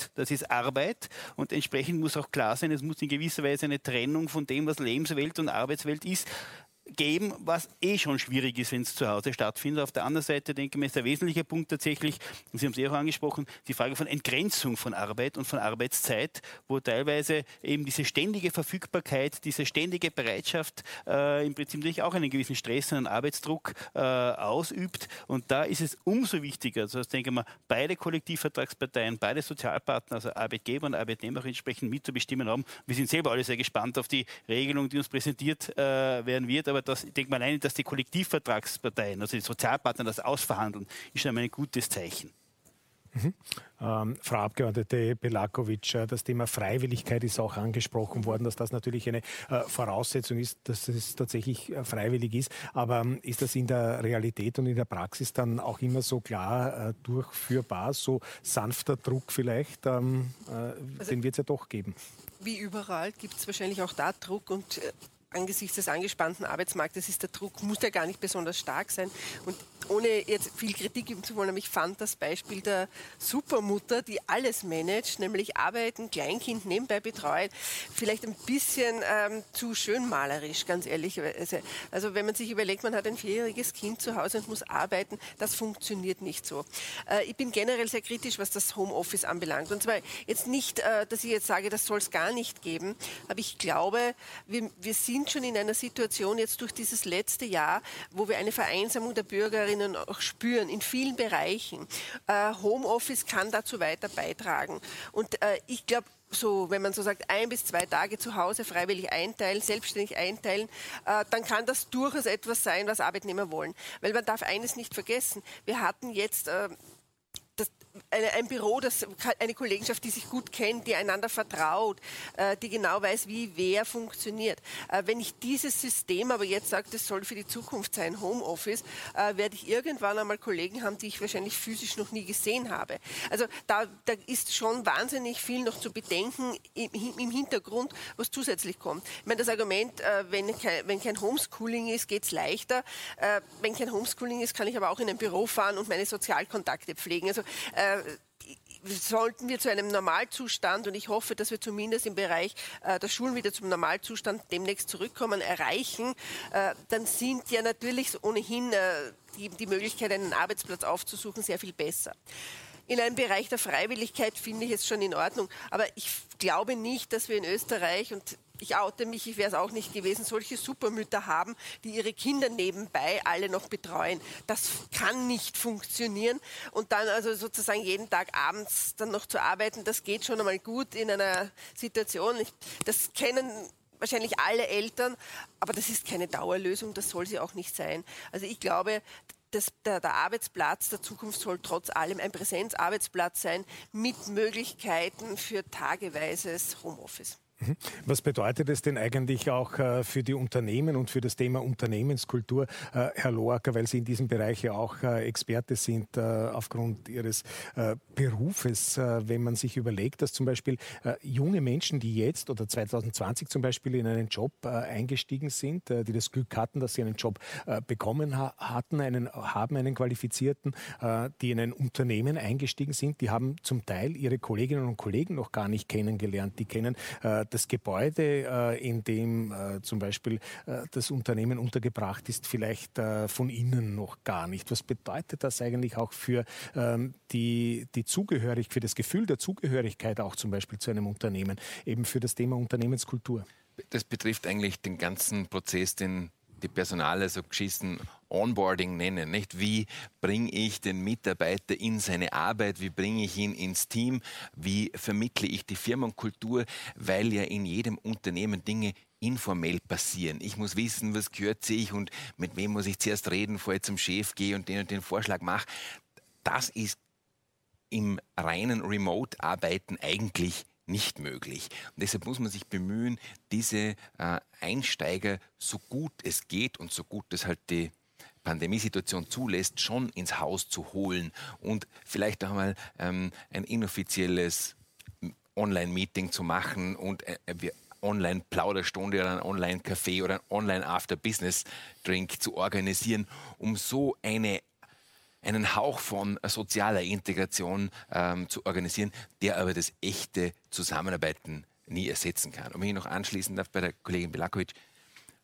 Arbeit und entsprechend muss auch klar sein, es muss in gewisser Weise eine Trennung von dem, was Lebenswelt und Arbeitswelt ist, geben, was schon schwierig ist, wenn es zu Hause stattfindet. Auf der anderen Seite, denke ich mir, ist der wesentliche Punkt tatsächlich, und Sie haben es auch angesprochen, die Frage von Entgrenzung von Arbeit und von Arbeitszeit, wo teilweise eben diese ständige Verfügbarkeit, diese ständige Bereitschaft im Prinzip natürlich auch einen gewissen Stress und einen Arbeitsdruck ausübt. Und da ist es umso wichtiger, also denke ich mal, beide Kollektivvertragsparteien, beide Sozialpartner, also Arbeitgeber und Arbeitnehmer entsprechend mitzubestimmen haben. Wir sind selber alle sehr gespannt auf die Regelung, die uns präsentiert werden wird. Aber ich denke mal alleine, dass die Kollektivvertragsparteien, also die Sozialpartner, das ausverhandeln, ist schon ein gutes Zeichen. Frau Abgeordnete Belakovic, das Thema Freiwilligkeit ist auch angesprochen worden, dass das natürlich eine Voraussetzung ist, dass es tatsächlich freiwillig ist. Aber ist das in der Realität und in der Praxis dann auch immer so klar durchführbar, so sanfter Druck vielleicht? Den wird es ja doch geben. Wie überall gibt es wahrscheinlich auch da Druck und angesichts des angespannten Arbeitsmarktes ist der Druck, muss ja gar nicht besonders stark sein. Und ohne jetzt viel Kritik geben zu wollen, aber ich fand das Beispiel der Supermutter, die alles managt, nämlich arbeiten, Kleinkind nebenbei betreuen, vielleicht ein bisschen zu schönmalerisch, ganz ehrlich. Also wenn man sich überlegt, man hat ein 4-jähriges Kind zu Hause und muss arbeiten, das funktioniert nicht so. Ich bin generell sehr kritisch, was das Homeoffice anbelangt. Und zwar jetzt nicht, dass ich jetzt sage, das soll es gar nicht geben, aber ich glaube, wir sind schon in einer Situation jetzt durch dieses letzte Jahr, wo wir eine Vereinsamung der Bürgerinnen auch spüren, in vielen Bereichen. Homeoffice kann dazu weiter beitragen. Und ich glaube, so, wenn man so sagt, 1 bis 2 Tage zu Hause freiwillig einteilen, selbstständig einteilen, dann kann das durchaus etwas sein, was Arbeitnehmer wollen. Weil man darf eines nicht vergessen, wir hatten jetzt ein Büro, eine Kollegenschaft, die sich gut kennt, die einander vertraut, die genau weiß, wie wer funktioniert. Wenn ich dieses System aber jetzt sage, das soll für die Zukunft sein, Homeoffice, werde ich irgendwann einmal Kollegen haben, die ich wahrscheinlich physisch noch nie gesehen habe. Also da ist schon wahnsinnig viel noch zu bedenken im Hintergrund, was zusätzlich kommt. Ich meine, das Argument, wenn kein Homeschooling ist, geht es leichter. Wenn kein Homeschooling ist, kann ich aber auch in ein Büro fahren und meine Sozialkontakte pflegen. Also sollten wir zu einem Normalzustand, und ich hoffe, dass wir zumindest im Bereich der Schulen wieder zum Normalzustand demnächst zurückkommen, erreichen, dann sind ja natürlich ohnehin die Möglichkeit, einen Arbeitsplatz aufzusuchen, sehr viel besser. In einem Bereich der Freiwilligkeit finde ich es schon in Ordnung, aber ich glaube nicht, dass wir in Österreich, und ich oute mich, ich wäre es auch nicht gewesen, solche Supermütter haben, die ihre Kinder nebenbei alle noch betreuen. Das kann nicht funktionieren. Und dann also sozusagen jeden Tag abends dann noch zu arbeiten, das geht schon einmal gut in einer Situation. Das kennen wahrscheinlich alle Eltern, aber das ist keine Dauerlösung, das soll sie auch nicht sein. Also ich glaube, der Arbeitsplatz der Zukunft soll trotz allem ein Präsenzarbeitsplatz sein mit Möglichkeiten für tageweises Homeoffice. Was bedeutet es denn eigentlich auch für die Unternehmen und für das Thema Unternehmenskultur, Herr Loacker, weil Sie in diesem Bereich ja auch Experte sind aufgrund Ihres Berufes, wenn man sich überlegt, dass zum Beispiel junge Menschen, die jetzt oder 2020 zum Beispiel in einen Job eingestiegen sind, die das Glück hatten, dass sie einen Job bekommen haben einen qualifizierten, die in ein Unternehmen eingestiegen sind, die haben zum Teil ihre Kolleginnen und Kollegen noch gar nicht kennengelernt, die kennen das Gebäude, in dem zum Beispiel das Unternehmen untergebracht ist, vielleicht von innen noch gar nicht. Was bedeutet das eigentlich auch für die Zugehörigkeit, für das Gefühl der Zugehörigkeit auch zum Beispiel zu einem Unternehmen, eben für das Thema Unternehmenskultur? Das betrifft eigentlich den ganzen Prozess, den die Personaler so geschissen Onboarding nennen. Nicht? Wie bringe ich den Mitarbeiter in seine Arbeit? Wie bringe ich ihn ins Team? Wie vermittle ich die Firmenkultur? Weil ja in jedem Unternehmen Dinge informell passieren. Ich muss wissen, was gehört sich und mit wem muss ich zuerst reden, bevor ich zum Chef gehe und den Vorschlag mache. Das ist im reinen Remote-Arbeiten eigentlich nicht möglich. Und deshalb muss man sich bemühen, diese Einsteiger so gut es geht und so gut es halt die Pandemiesituation zulässt, schon ins Haus zu holen und vielleicht auch mal ein inoffizielles Online-Meeting zu machen und Online-Plauderstunde oder ein Online-Café oder ein Online-After-Business-Drink zu organisieren, um so einen Hauch von sozialer Integration zu organisieren, der aber das echte Zusammenarbeiten nie ersetzen kann. Und wenn ich noch anschließen darf bei der Kollegin Belakovic,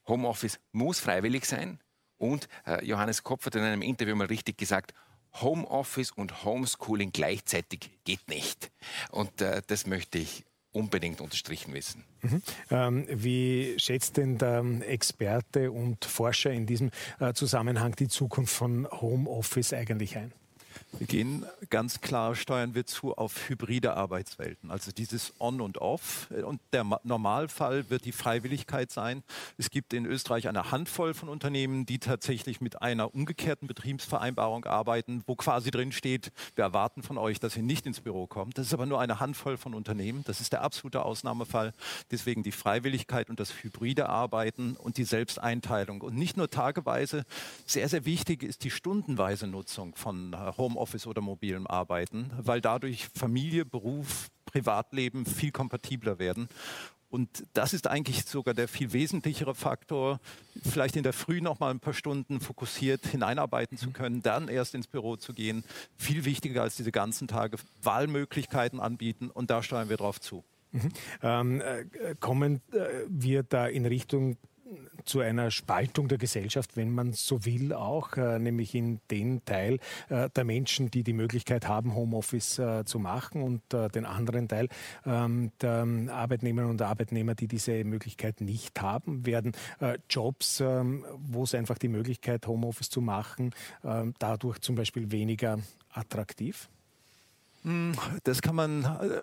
Homeoffice muss freiwillig sein. Und Johannes Kopf hat in einem Interview mal richtig gesagt, Homeoffice und Homeschooling gleichzeitig geht nicht. Und das möchte ich unbedingt unterstrichen wissen. Wie schätzt denn der Experte und Forscher in diesem Zusammenhang die Zukunft von Homeoffice eigentlich ein? Wir gehen ganz klar, steuern wir zu auf hybride Arbeitswelten, also dieses On und Off. Und der Normalfall wird die Freiwilligkeit sein. Es gibt in Österreich eine Handvoll von Unternehmen, die tatsächlich mit einer umgekehrten Betriebsvereinbarung arbeiten, wo quasi drin steht, wir erwarten von euch, dass ihr nicht ins Büro kommt. Das ist aber nur eine Handvoll von Unternehmen. Das ist der absolute Ausnahmefall. Deswegen die Freiwilligkeit und das hybride Arbeiten und die Selbsteinteilung. Und nicht nur tageweise. Sehr, sehr wichtig ist die stundenweise Nutzung von Homeoffice oder mobilem Arbeiten, weil dadurch Familie, Beruf, Privatleben viel kompatibler werden. Und das ist eigentlich sogar der viel wesentlichere Faktor, vielleicht in der Früh noch mal ein paar Stunden fokussiert hineinarbeiten zu können, dann erst ins Büro zu gehen. Viel wichtiger als diese ganzen Tage Wahlmöglichkeiten anbieten und da steuern wir drauf zu. Kommen wir da in Richtung zu einer Spaltung der Gesellschaft, wenn man so will, auch nämlich in den Teil der Menschen, die die Möglichkeit haben, Homeoffice zu machen und den anderen Teil der Arbeitnehmerinnen und Arbeitnehmer, die diese Möglichkeit nicht haben, werden Jobs, wo es einfach die Möglichkeit, Homeoffice zu machen, dadurch zum Beispiel weniger attraktiv? Das kann man...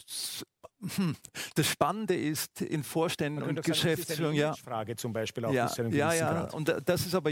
Das Spannende ist in Vorständen und Geschäftsführung, ja, Frage zum Beispiel auch und das ist aber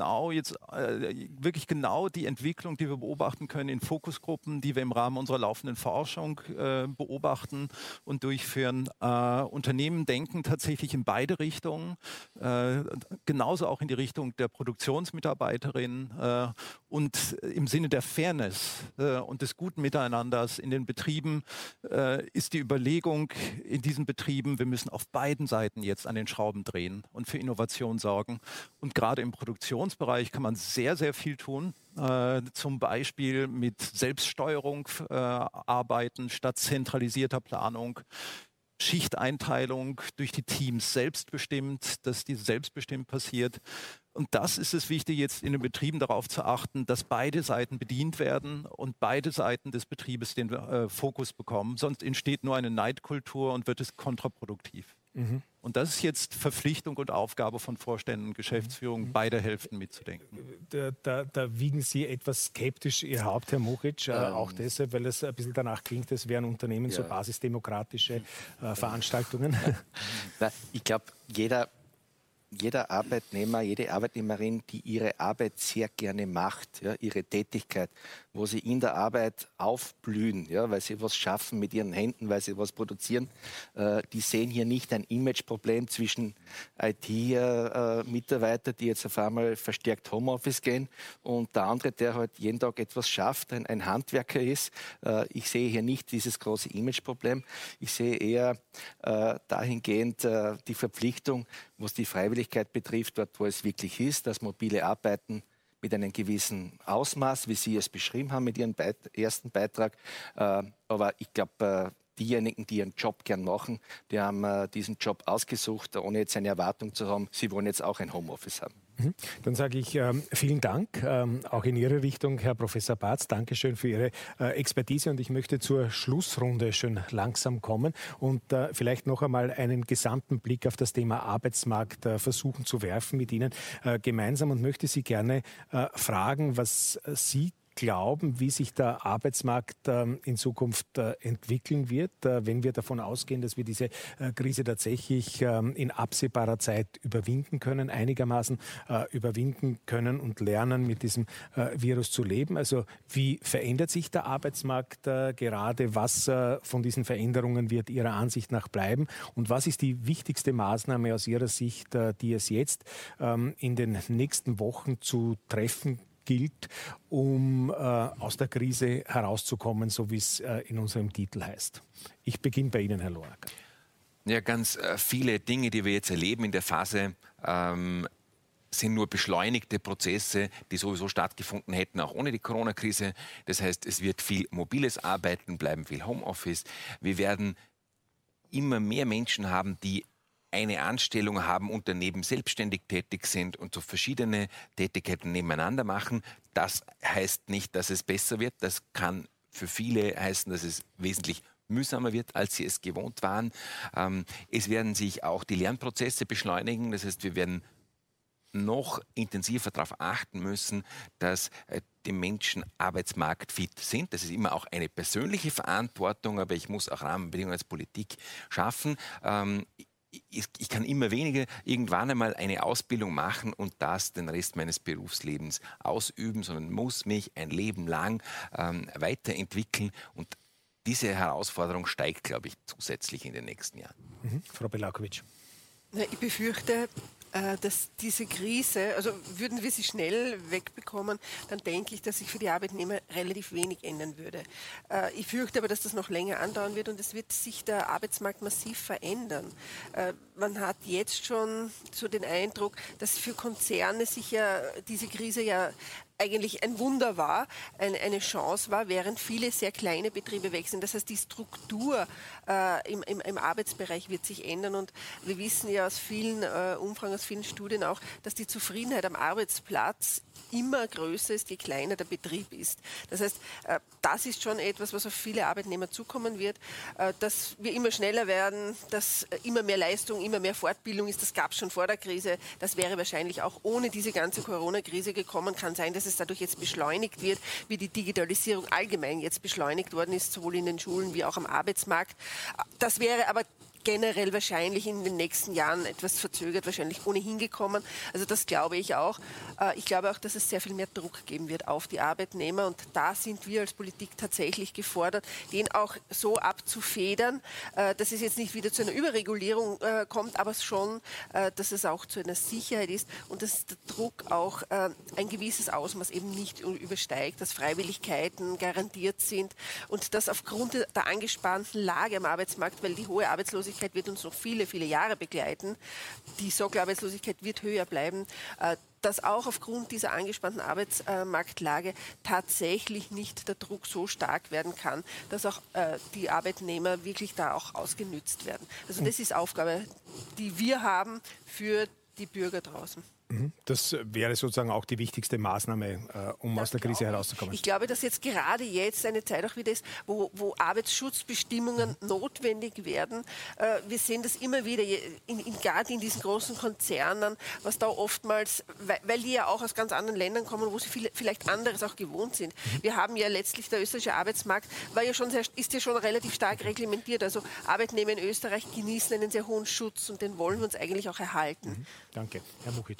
wirklich genau die Entwicklung, die wir beobachten können in Fokusgruppen, die wir im Rahmen unserer laufenden Forschung beobachten und durchführen. Unternehmen denken tatsächlich in beide Richtungen, genauso auch in die Richtung der Produktionsmitarbeiterin und im Sinne der Fairness und des guten Miteinanders in den Betrieben ist die Überlegung in diesen Betrieben, wir müssen auf beiden Seiten jetzt an den Schrauben drehen und für Innovation sorgen. Und gerade im Produktionsbereich kann man sehr, sehr viel tun. Zum Beispiel mit Selbststeuerung arbeiten statt zentralisierter Planung. Schichteinteilung durch die Teams selbstbestimmt, dass diese selbstbestimmt passiert. Und das ist es wichtig, jetzt in den Betrieben darauf zu achten, dass beide Seiten bedient werden und beide Seiten des Betriebes den Fokus bekommen. Sonst entsteht nur eine Neidkultur und wird es kontraproduktiv. Und das ist jetzt Verpflichtung und Aufgabe von Vorständen und Geschäftsführung, beide Hälften mitzudenken. Da wiegen Sie etwas skeptisch Ihr Haupt, Herr Mochic, auch deshalb, weil es ein bisschen danach klingt, es wären Unternehmen so basisdemokratische Veranstaltungen. Ich glaube, jeder Arbeitnehmer, jede Arbeitnehmerin, die ihre Arbeit sehr gerne macht, ja, ihre Tätigkeit, wo sie in der Arbeit aufblühen, ja, weil sie was schaffen mit ihren Händen, weil sie was produzieren, die sehen hier nicht ein Imageproblem zwischen IT-Mitarbeitern, die jetzt auf einmal verstärkt Homeoffice gehen, und der andere, der halt jeden Tag etwas schafft, ein Handwerker ist. Ich sehe hier nicht dieses große Imageproblem. Ich sehe eher dahingehend die Verpflichtung, was die Freiwilligkeit betrifft, dort wo es wirklich ist, das mobile Arbeiten mit einem gewissen Ausmaß, wie Sie es beschrieben haben mit Ihrem ersten Beitrag. Aber ich glaube, diejenigen, die ihren Job gern machen, die haben diesen Job ausgesucht, ohne jetzt eine Erwartung zu haben, sie wollen jetzt auch ein Homeoffice haben. Dann sage ich vielen Dank, auch in Ihre Richtung, Herr Professor Barz. Dankeschön für Ihre Expertise, und ich möchte zur Schlussrunde schön langsam kommen und vielleicht noch einmal einen gesamten Blick auf das Thema Arbeitsmarkt versuchen zu werfen mit Ihnen gemeinsam, und möchte Sie gerne fragen, was Sie glauben, wie sich der Arbeitsmarkt in Zukunft entwickeln wird, wenn wir davon ausgehen, dass wir diese Krise tatsächlich in absehbarer Zeit überwinden können, einigermaßen überwinden können und lernen, mit diesem Virus zu leben. Also wie verändert sich der Arbeitsmarkt gerade? Was von diesen Veränderungen wird Ihrer Ansicht nach bleiben? Und was ist die wichtigste Maßnahme aus Ihrer Sicht, die es jetzt in den nächsten Wochen zu treffen gilt, um aus der Krise herauszukommen, so wie es in unserem Titel heißt? Ich beginne bei Ihnen, Herr Loacker. Ja, ganz viele Dinge, die wir jetzt erleben in der Phase, sind nur beschleunigte Prozesse, die sowieso stattgefunden hätten, auch ohne die Corona-Krise. Das heißt, es wird viel mobiles Arbeiten, bleiben viel Homeoffice. Wir werden immer mehr Menschen haben, die eine Anstellung haben und daneben selbstständig tätig sind und so verschiedene Tätigkeiten nebeneinander machen. Das heißt nicht, dass es besser wird. Das kann für viele heißen, dass es wesentlich mühsamer wird, als sie es gewohnt waren. Es werden sich auch die Lernprozesse beschleunigen. Das heißt, wir werden noch intensiver darauf achten müssen, dass die Menschen arbeitsmarktfit sind. Das ist immer auch eine persönliche Verantwortung, aber ich muss auch Rahmenbedingungen als Politik schaffen. Ich kann immer weniger irgendwann einmal eine Ausbildung machen und das den Rest meines Berufslebens ausüben, sondern muss mich ein Leben lang weiterentwickeln. Und diese Herausforderung steigt, glaube ich, zusätzlich in den nächsten Jahren. Frau Belakovic. Ich befürchte, dass diese Krise, also würden wir sie schnell wegbekommen, dann denke ich, dass sich für die Arbeitnehmer relativ wenig ändern würde. Ich fürchte aber, dass das noch länger andauern wird und es wird sich der Arbeitsmarkt massiv verändern. Man hat jetzt schon so den Eindruck, dass für Konzerne sich ja diese Krise ja eigentlich ein Wunder war, eine Chance war, während viele sehr kleine Betriebe wechseln. Das heißt, die Struktur im Arbeitsbereich wird sich ändern und wir wissen ja aus vielen Umfragen, aus vielen Studien auch, dass die Zufriedenheit am Arbeitsplatz immer größer ist, je kleiner der Betrieb ist. Das heißt, das ist schon etwas, was auf viele Arbeitnehmer zukommen wird, dass wir immer schneller werden, dass immer mehr Leistung, immer mehr Fortbildung ist. Das gab es schon vor der Krise. Das wäre wahrscheinlich auch ohne diese ganze Corona-Krise gekommen. Kann sein, dass es dadurch jetzt beschleunigt wird, wie die Digitalisierung allgemein jetzt beschleunigt worden ist, sowohl in den Schulen wie auch am Arbeitsmarkt. Das wäre aber generell wahrscheinlich in den nächsten Jahren etwas verzögert, wahrscheinlich ohnehin gekommen. Also das glaube ich auch. Ich glaube auch, dass es sehr viel mehr Druck geben wird auf die Arbeitnehmer und da sind wir als Politik tatsächlich gefordert, den auch so abzufedern, dass es jetzt nicht wieder zu einer Überregulierung kommt, aber schon, dass es auch zu einer Sicherheit ist und dass der Druck auch ein gewisses Ausmaß eben nicht übersteigt, dass Freiwilligkeiten garantiert sind und dass aufgrund der angespannten Lage am Arbeitsmarkt, weil die hohe Arbeitslosigkeit wird uns noch viele, viele Jahre begleiten. Die Sockelarbeitslosigkeit wird höher bleiben. Dass auch aufgrund dieser angespannten Arbeitsmarktlage tatsächlich nicht der Druck so stark werden kann, dass auch die Arbeitnehmer wirklich da auch ausgenützt werden. Also das ist Aufgabe, die wir haben für die Bürger draußen. Das wäre sozusagen auch die wichtigste Maßnahme, um aus der Krise herauszukommen. Ich glaube, dass jetzt gerade jetzt eine Zeit auch wieder ist, wo Arbeitsschutzbestimmungen notwendig werden. Wir sehen das immer wieder, gerade in diesen großen Konzernen, was da oftmals, weil die ja auch aus ganz anderen Ländern kommen, wo sie vielleicht anderes auch gewohnt sind. Wir haben ja letztlich, der österreichische Arbeitsmarkt ist ja schon relativ stark reglementiert. Also Arbeitnehmer in Österreich genießen einen sehr hohen Schutz und den wollen wir uns eigentlich auch erhalten. Danke. Herr Muchic.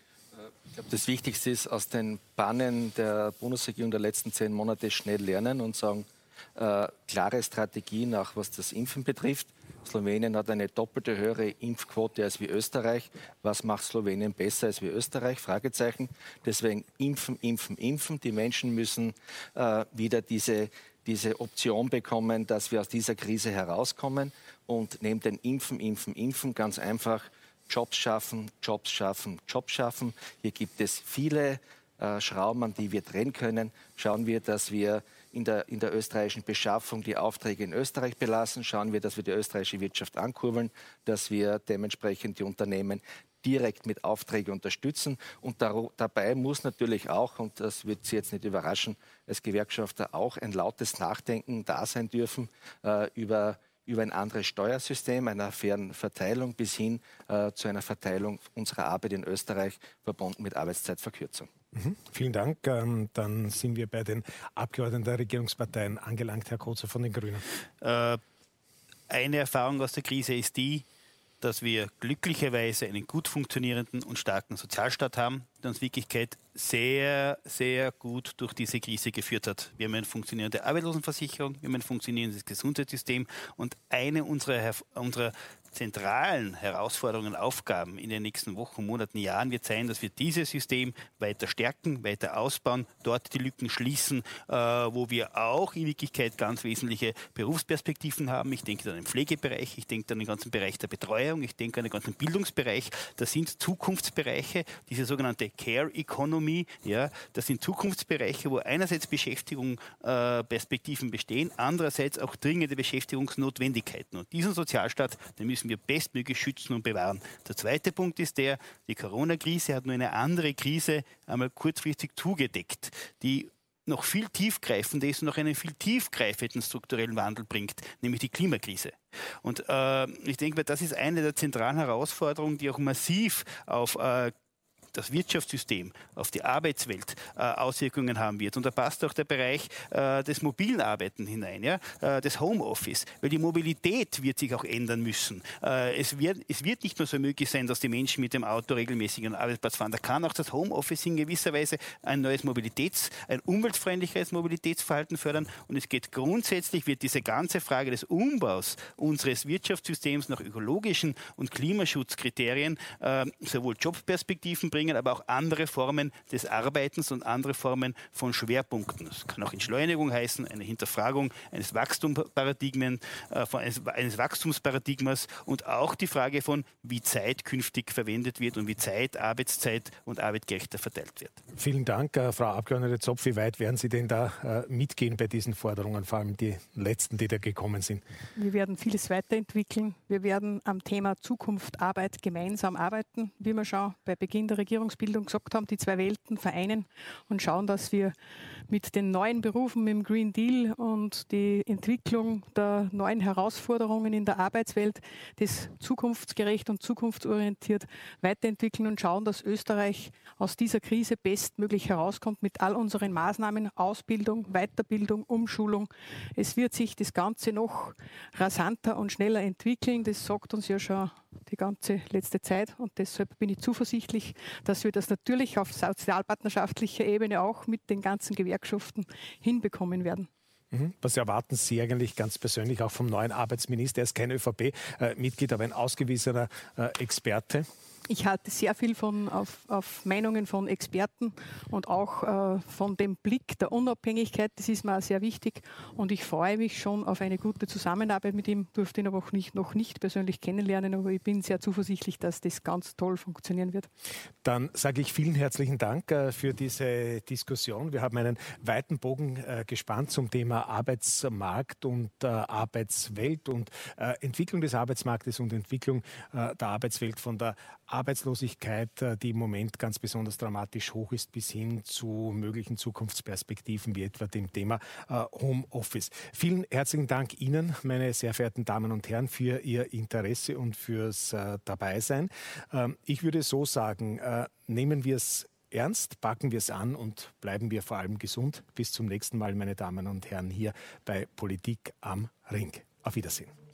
Ich glaube, das Wichtigste ist, aus den Pannen der Bundesregierung der letzten 10 Monate schnell lernen und sagen, klare Strategien, auch was das Impfen betrifft. Slowenien hat eine doppelte höhere Impfquote als wie Österreich. Was macht Slowenien besser als wie Österreich? Fragezeichen. Deswegen impfen, impfen, impfen. Die Menschen müssen wieder diese Option bekommen, dass wir aus dieser Krise herauskommen. Und neben den Impfen, impfen, impfen ganz einfach Jobs schaffen, Jobs schaffen, Jobs schaffen. Hier gibt es viele Schrauben, an die wir drehen können. Schauen wir, dass wir in der österreichischen Beschaffung die Aufträge in Österreich belassen. Schauen wir, dass wir die österreichische Wirtschaft ankurbeln, dass wir dementsprechend die Unternehmen direkt mit Aufträgen unterstützen. Und dabei muss natürlich auch, und das wird Sie jetzt nicht überraschen, als Gewerkschafter auch ein lautes Nachdenken da sein dürfen über ein anderes Steuersystem, einer fairen Verteilung bis hin zu einer Verteilung unserer Arbeit in Österreich verbunden mit Arbeitszeitverkürzung. Vielen Dank. Dann sind wir bei den Abgeordneten der Regierungsparteien angelangt. Herr Kozer von den Grünen. Eine Erfahrung aus der Krise ist die, dass wir glücklicherweise einen gut funktionierenden und starken Sozialstaat haben, der uns in Wirklichkeit sehr, sehr gut durch diese Krise geführt hat. Wir haben eine funktionierende Arbeitslosenversicherung, wir haben ein funktionierendes Gesundheitssystem und eine unserer zentralen Herausforderungen, Aufgaben in den nächsten Wochen, Monaten, Jahren wird sein, dass wir dieses System weiter stärken, weiter ausbauen, dort die Lücken schließen, wo wir auch in Wirklichkeit ganz wesentliche Berufsperspektiven haben. Ich denke an den Pflegebereich, ich denke an den ganzen Bereich der Betreuung, ich denke an den ganzen Bildungsbereich. Das sind Zukunftsbereiche, diese sogenannte Care Economy, ja, das sind Zukunftsbereiche, wo einerseits Beschäftigungsperspektiven bestehen, andererseits auch dringende Beschäftigungsnotwendigkeiten. Und diesen Sozialstaat, den müssen müssen wir bestmöglich schützen und bewahren. Der zweite Punkt ist die Corona-Krise hat nur eine andere Krise einmal kurzfristig zugedeckt, die noch viel tiefgreifender ist und noch einen viel tiefgreifenden strukturellen Wandel bringt, nämlich die Klimakrise. Und ich denke, das ist eine der zentralen Herausforderungen, die auch massiv auf das Wirtschaftssystem, auf die Arbeitswelt Auswirkungen haben wird. Und da passt auch der Bereich des mobilen Arbeiten hinein, ja? Des Homeoffice, weil die Mobilität wird sich auch ändern müssen. Es wird nicht nur so möglich sein, dass die Menschen mit dem Auto regelmäßig an den Arbeitsplatz fahren. Da kann auch das Homeoffice in gewisser Weise ein umweltfreundlicheres Mobilitätsverhalten fördern. Und es geht grundsätzlich, wird diese ganze Frage des Umbaus unseres Wirtschaftssystems nach ökologischen und Klimaschutzkriterien sowohl Jobperspektiven bringen, aber auch andere Formen des Arbeitens und andere Formen von Schwerpunkten. Das kann auch Entschleunigung heißen, eine Hinterfragung eines Wachstumsparadigmas und auch die Frage von, wie Zeit künftig verwendet wird und wie Arbeitszeit und Arbeit gerechter verteilt wird. Vielen Dank, Frau Abgeordnete Zopf. Wie weit werden Sie denn da mitgehen bei diesen Forderungen, vor allem die letzten, die da gekommen sind? Wir werden vieles weiterentwickeln. Wir werden am Thema Zukunft, Arbeit gemeinsam arbeiten, wie wir schon bei Beginn der Regierungsbildung gesagt haben, die zwei Welten vereinen und schauen, dass wir mit den neuen Berufen, mit dem Green Deal und die Entwicklung der neuen Herausforderungen in der Arbeitswelt das zukunftsgerecht und zukunftsorientiert weiterentwickeln und schauen, dass Österreich aus dieser Krise bestmöglich herauskommt mit all unseren Maßnahmen, Ausbildung, Weiterbildung, Umschulung. Es wird sich das Ganze noch rasanter und schneller entwickeln. Das sagt uns ja schon die ganze letzte Zeit und deshalb bin ich zuversichtlich, dass wir das natürlich auf sozialpartnerschaftlicher Ebene auch mit den ganzen Gewerkschaften hinbekommen werden. Was erwarten Sie eigentlich ganz persönlich auch vom neuen Arbeitsminister? Er ist kein ÖVP-Mitglied, aber ein ausgewiesener Experte. Ich halte sehr viel auf Meinungen von Experten und auch von dem Blick der Unabhängigkeit. Das ist mir auch sehr wichtig und ich freue mich schon auf eine gute Zusammenarbeit mit ihm. Durfte ihn aber auch noch nicht persönlich kennenlernen, aber ich bin sehr zuversichtlich, dass das ganz toll funktionieren wird. Dann sage ich vielen herzlichen Dank für diese Diskussion. Wir haben einen weiten Bogen gespannt zum Thema Arbeitsmarkt und Arbeitswelt und Entwicklung des Arbeitsmarktes und Entwicklung der Arbeitswelt von der Arbeitslosigkeit, die im Moment ganz besonders dramatisch hoch ist, bis hin zu möglichen Zukunftsperspektiven wie etwa dem Thema Homeoffice. Vielen herzlichen Dank Ihnen, meine sehr verehrten Damen und Herren, für Ihr Interesse und fürs Dabeisein. Ich würde so sagen, nehmen wir es ernst, packen wir es an und bleiben wir vor allem gesund. Bis zum nächsten Mal, meine Damen und Herren, hier bei Politik am Ring. Auf Wiedersehen.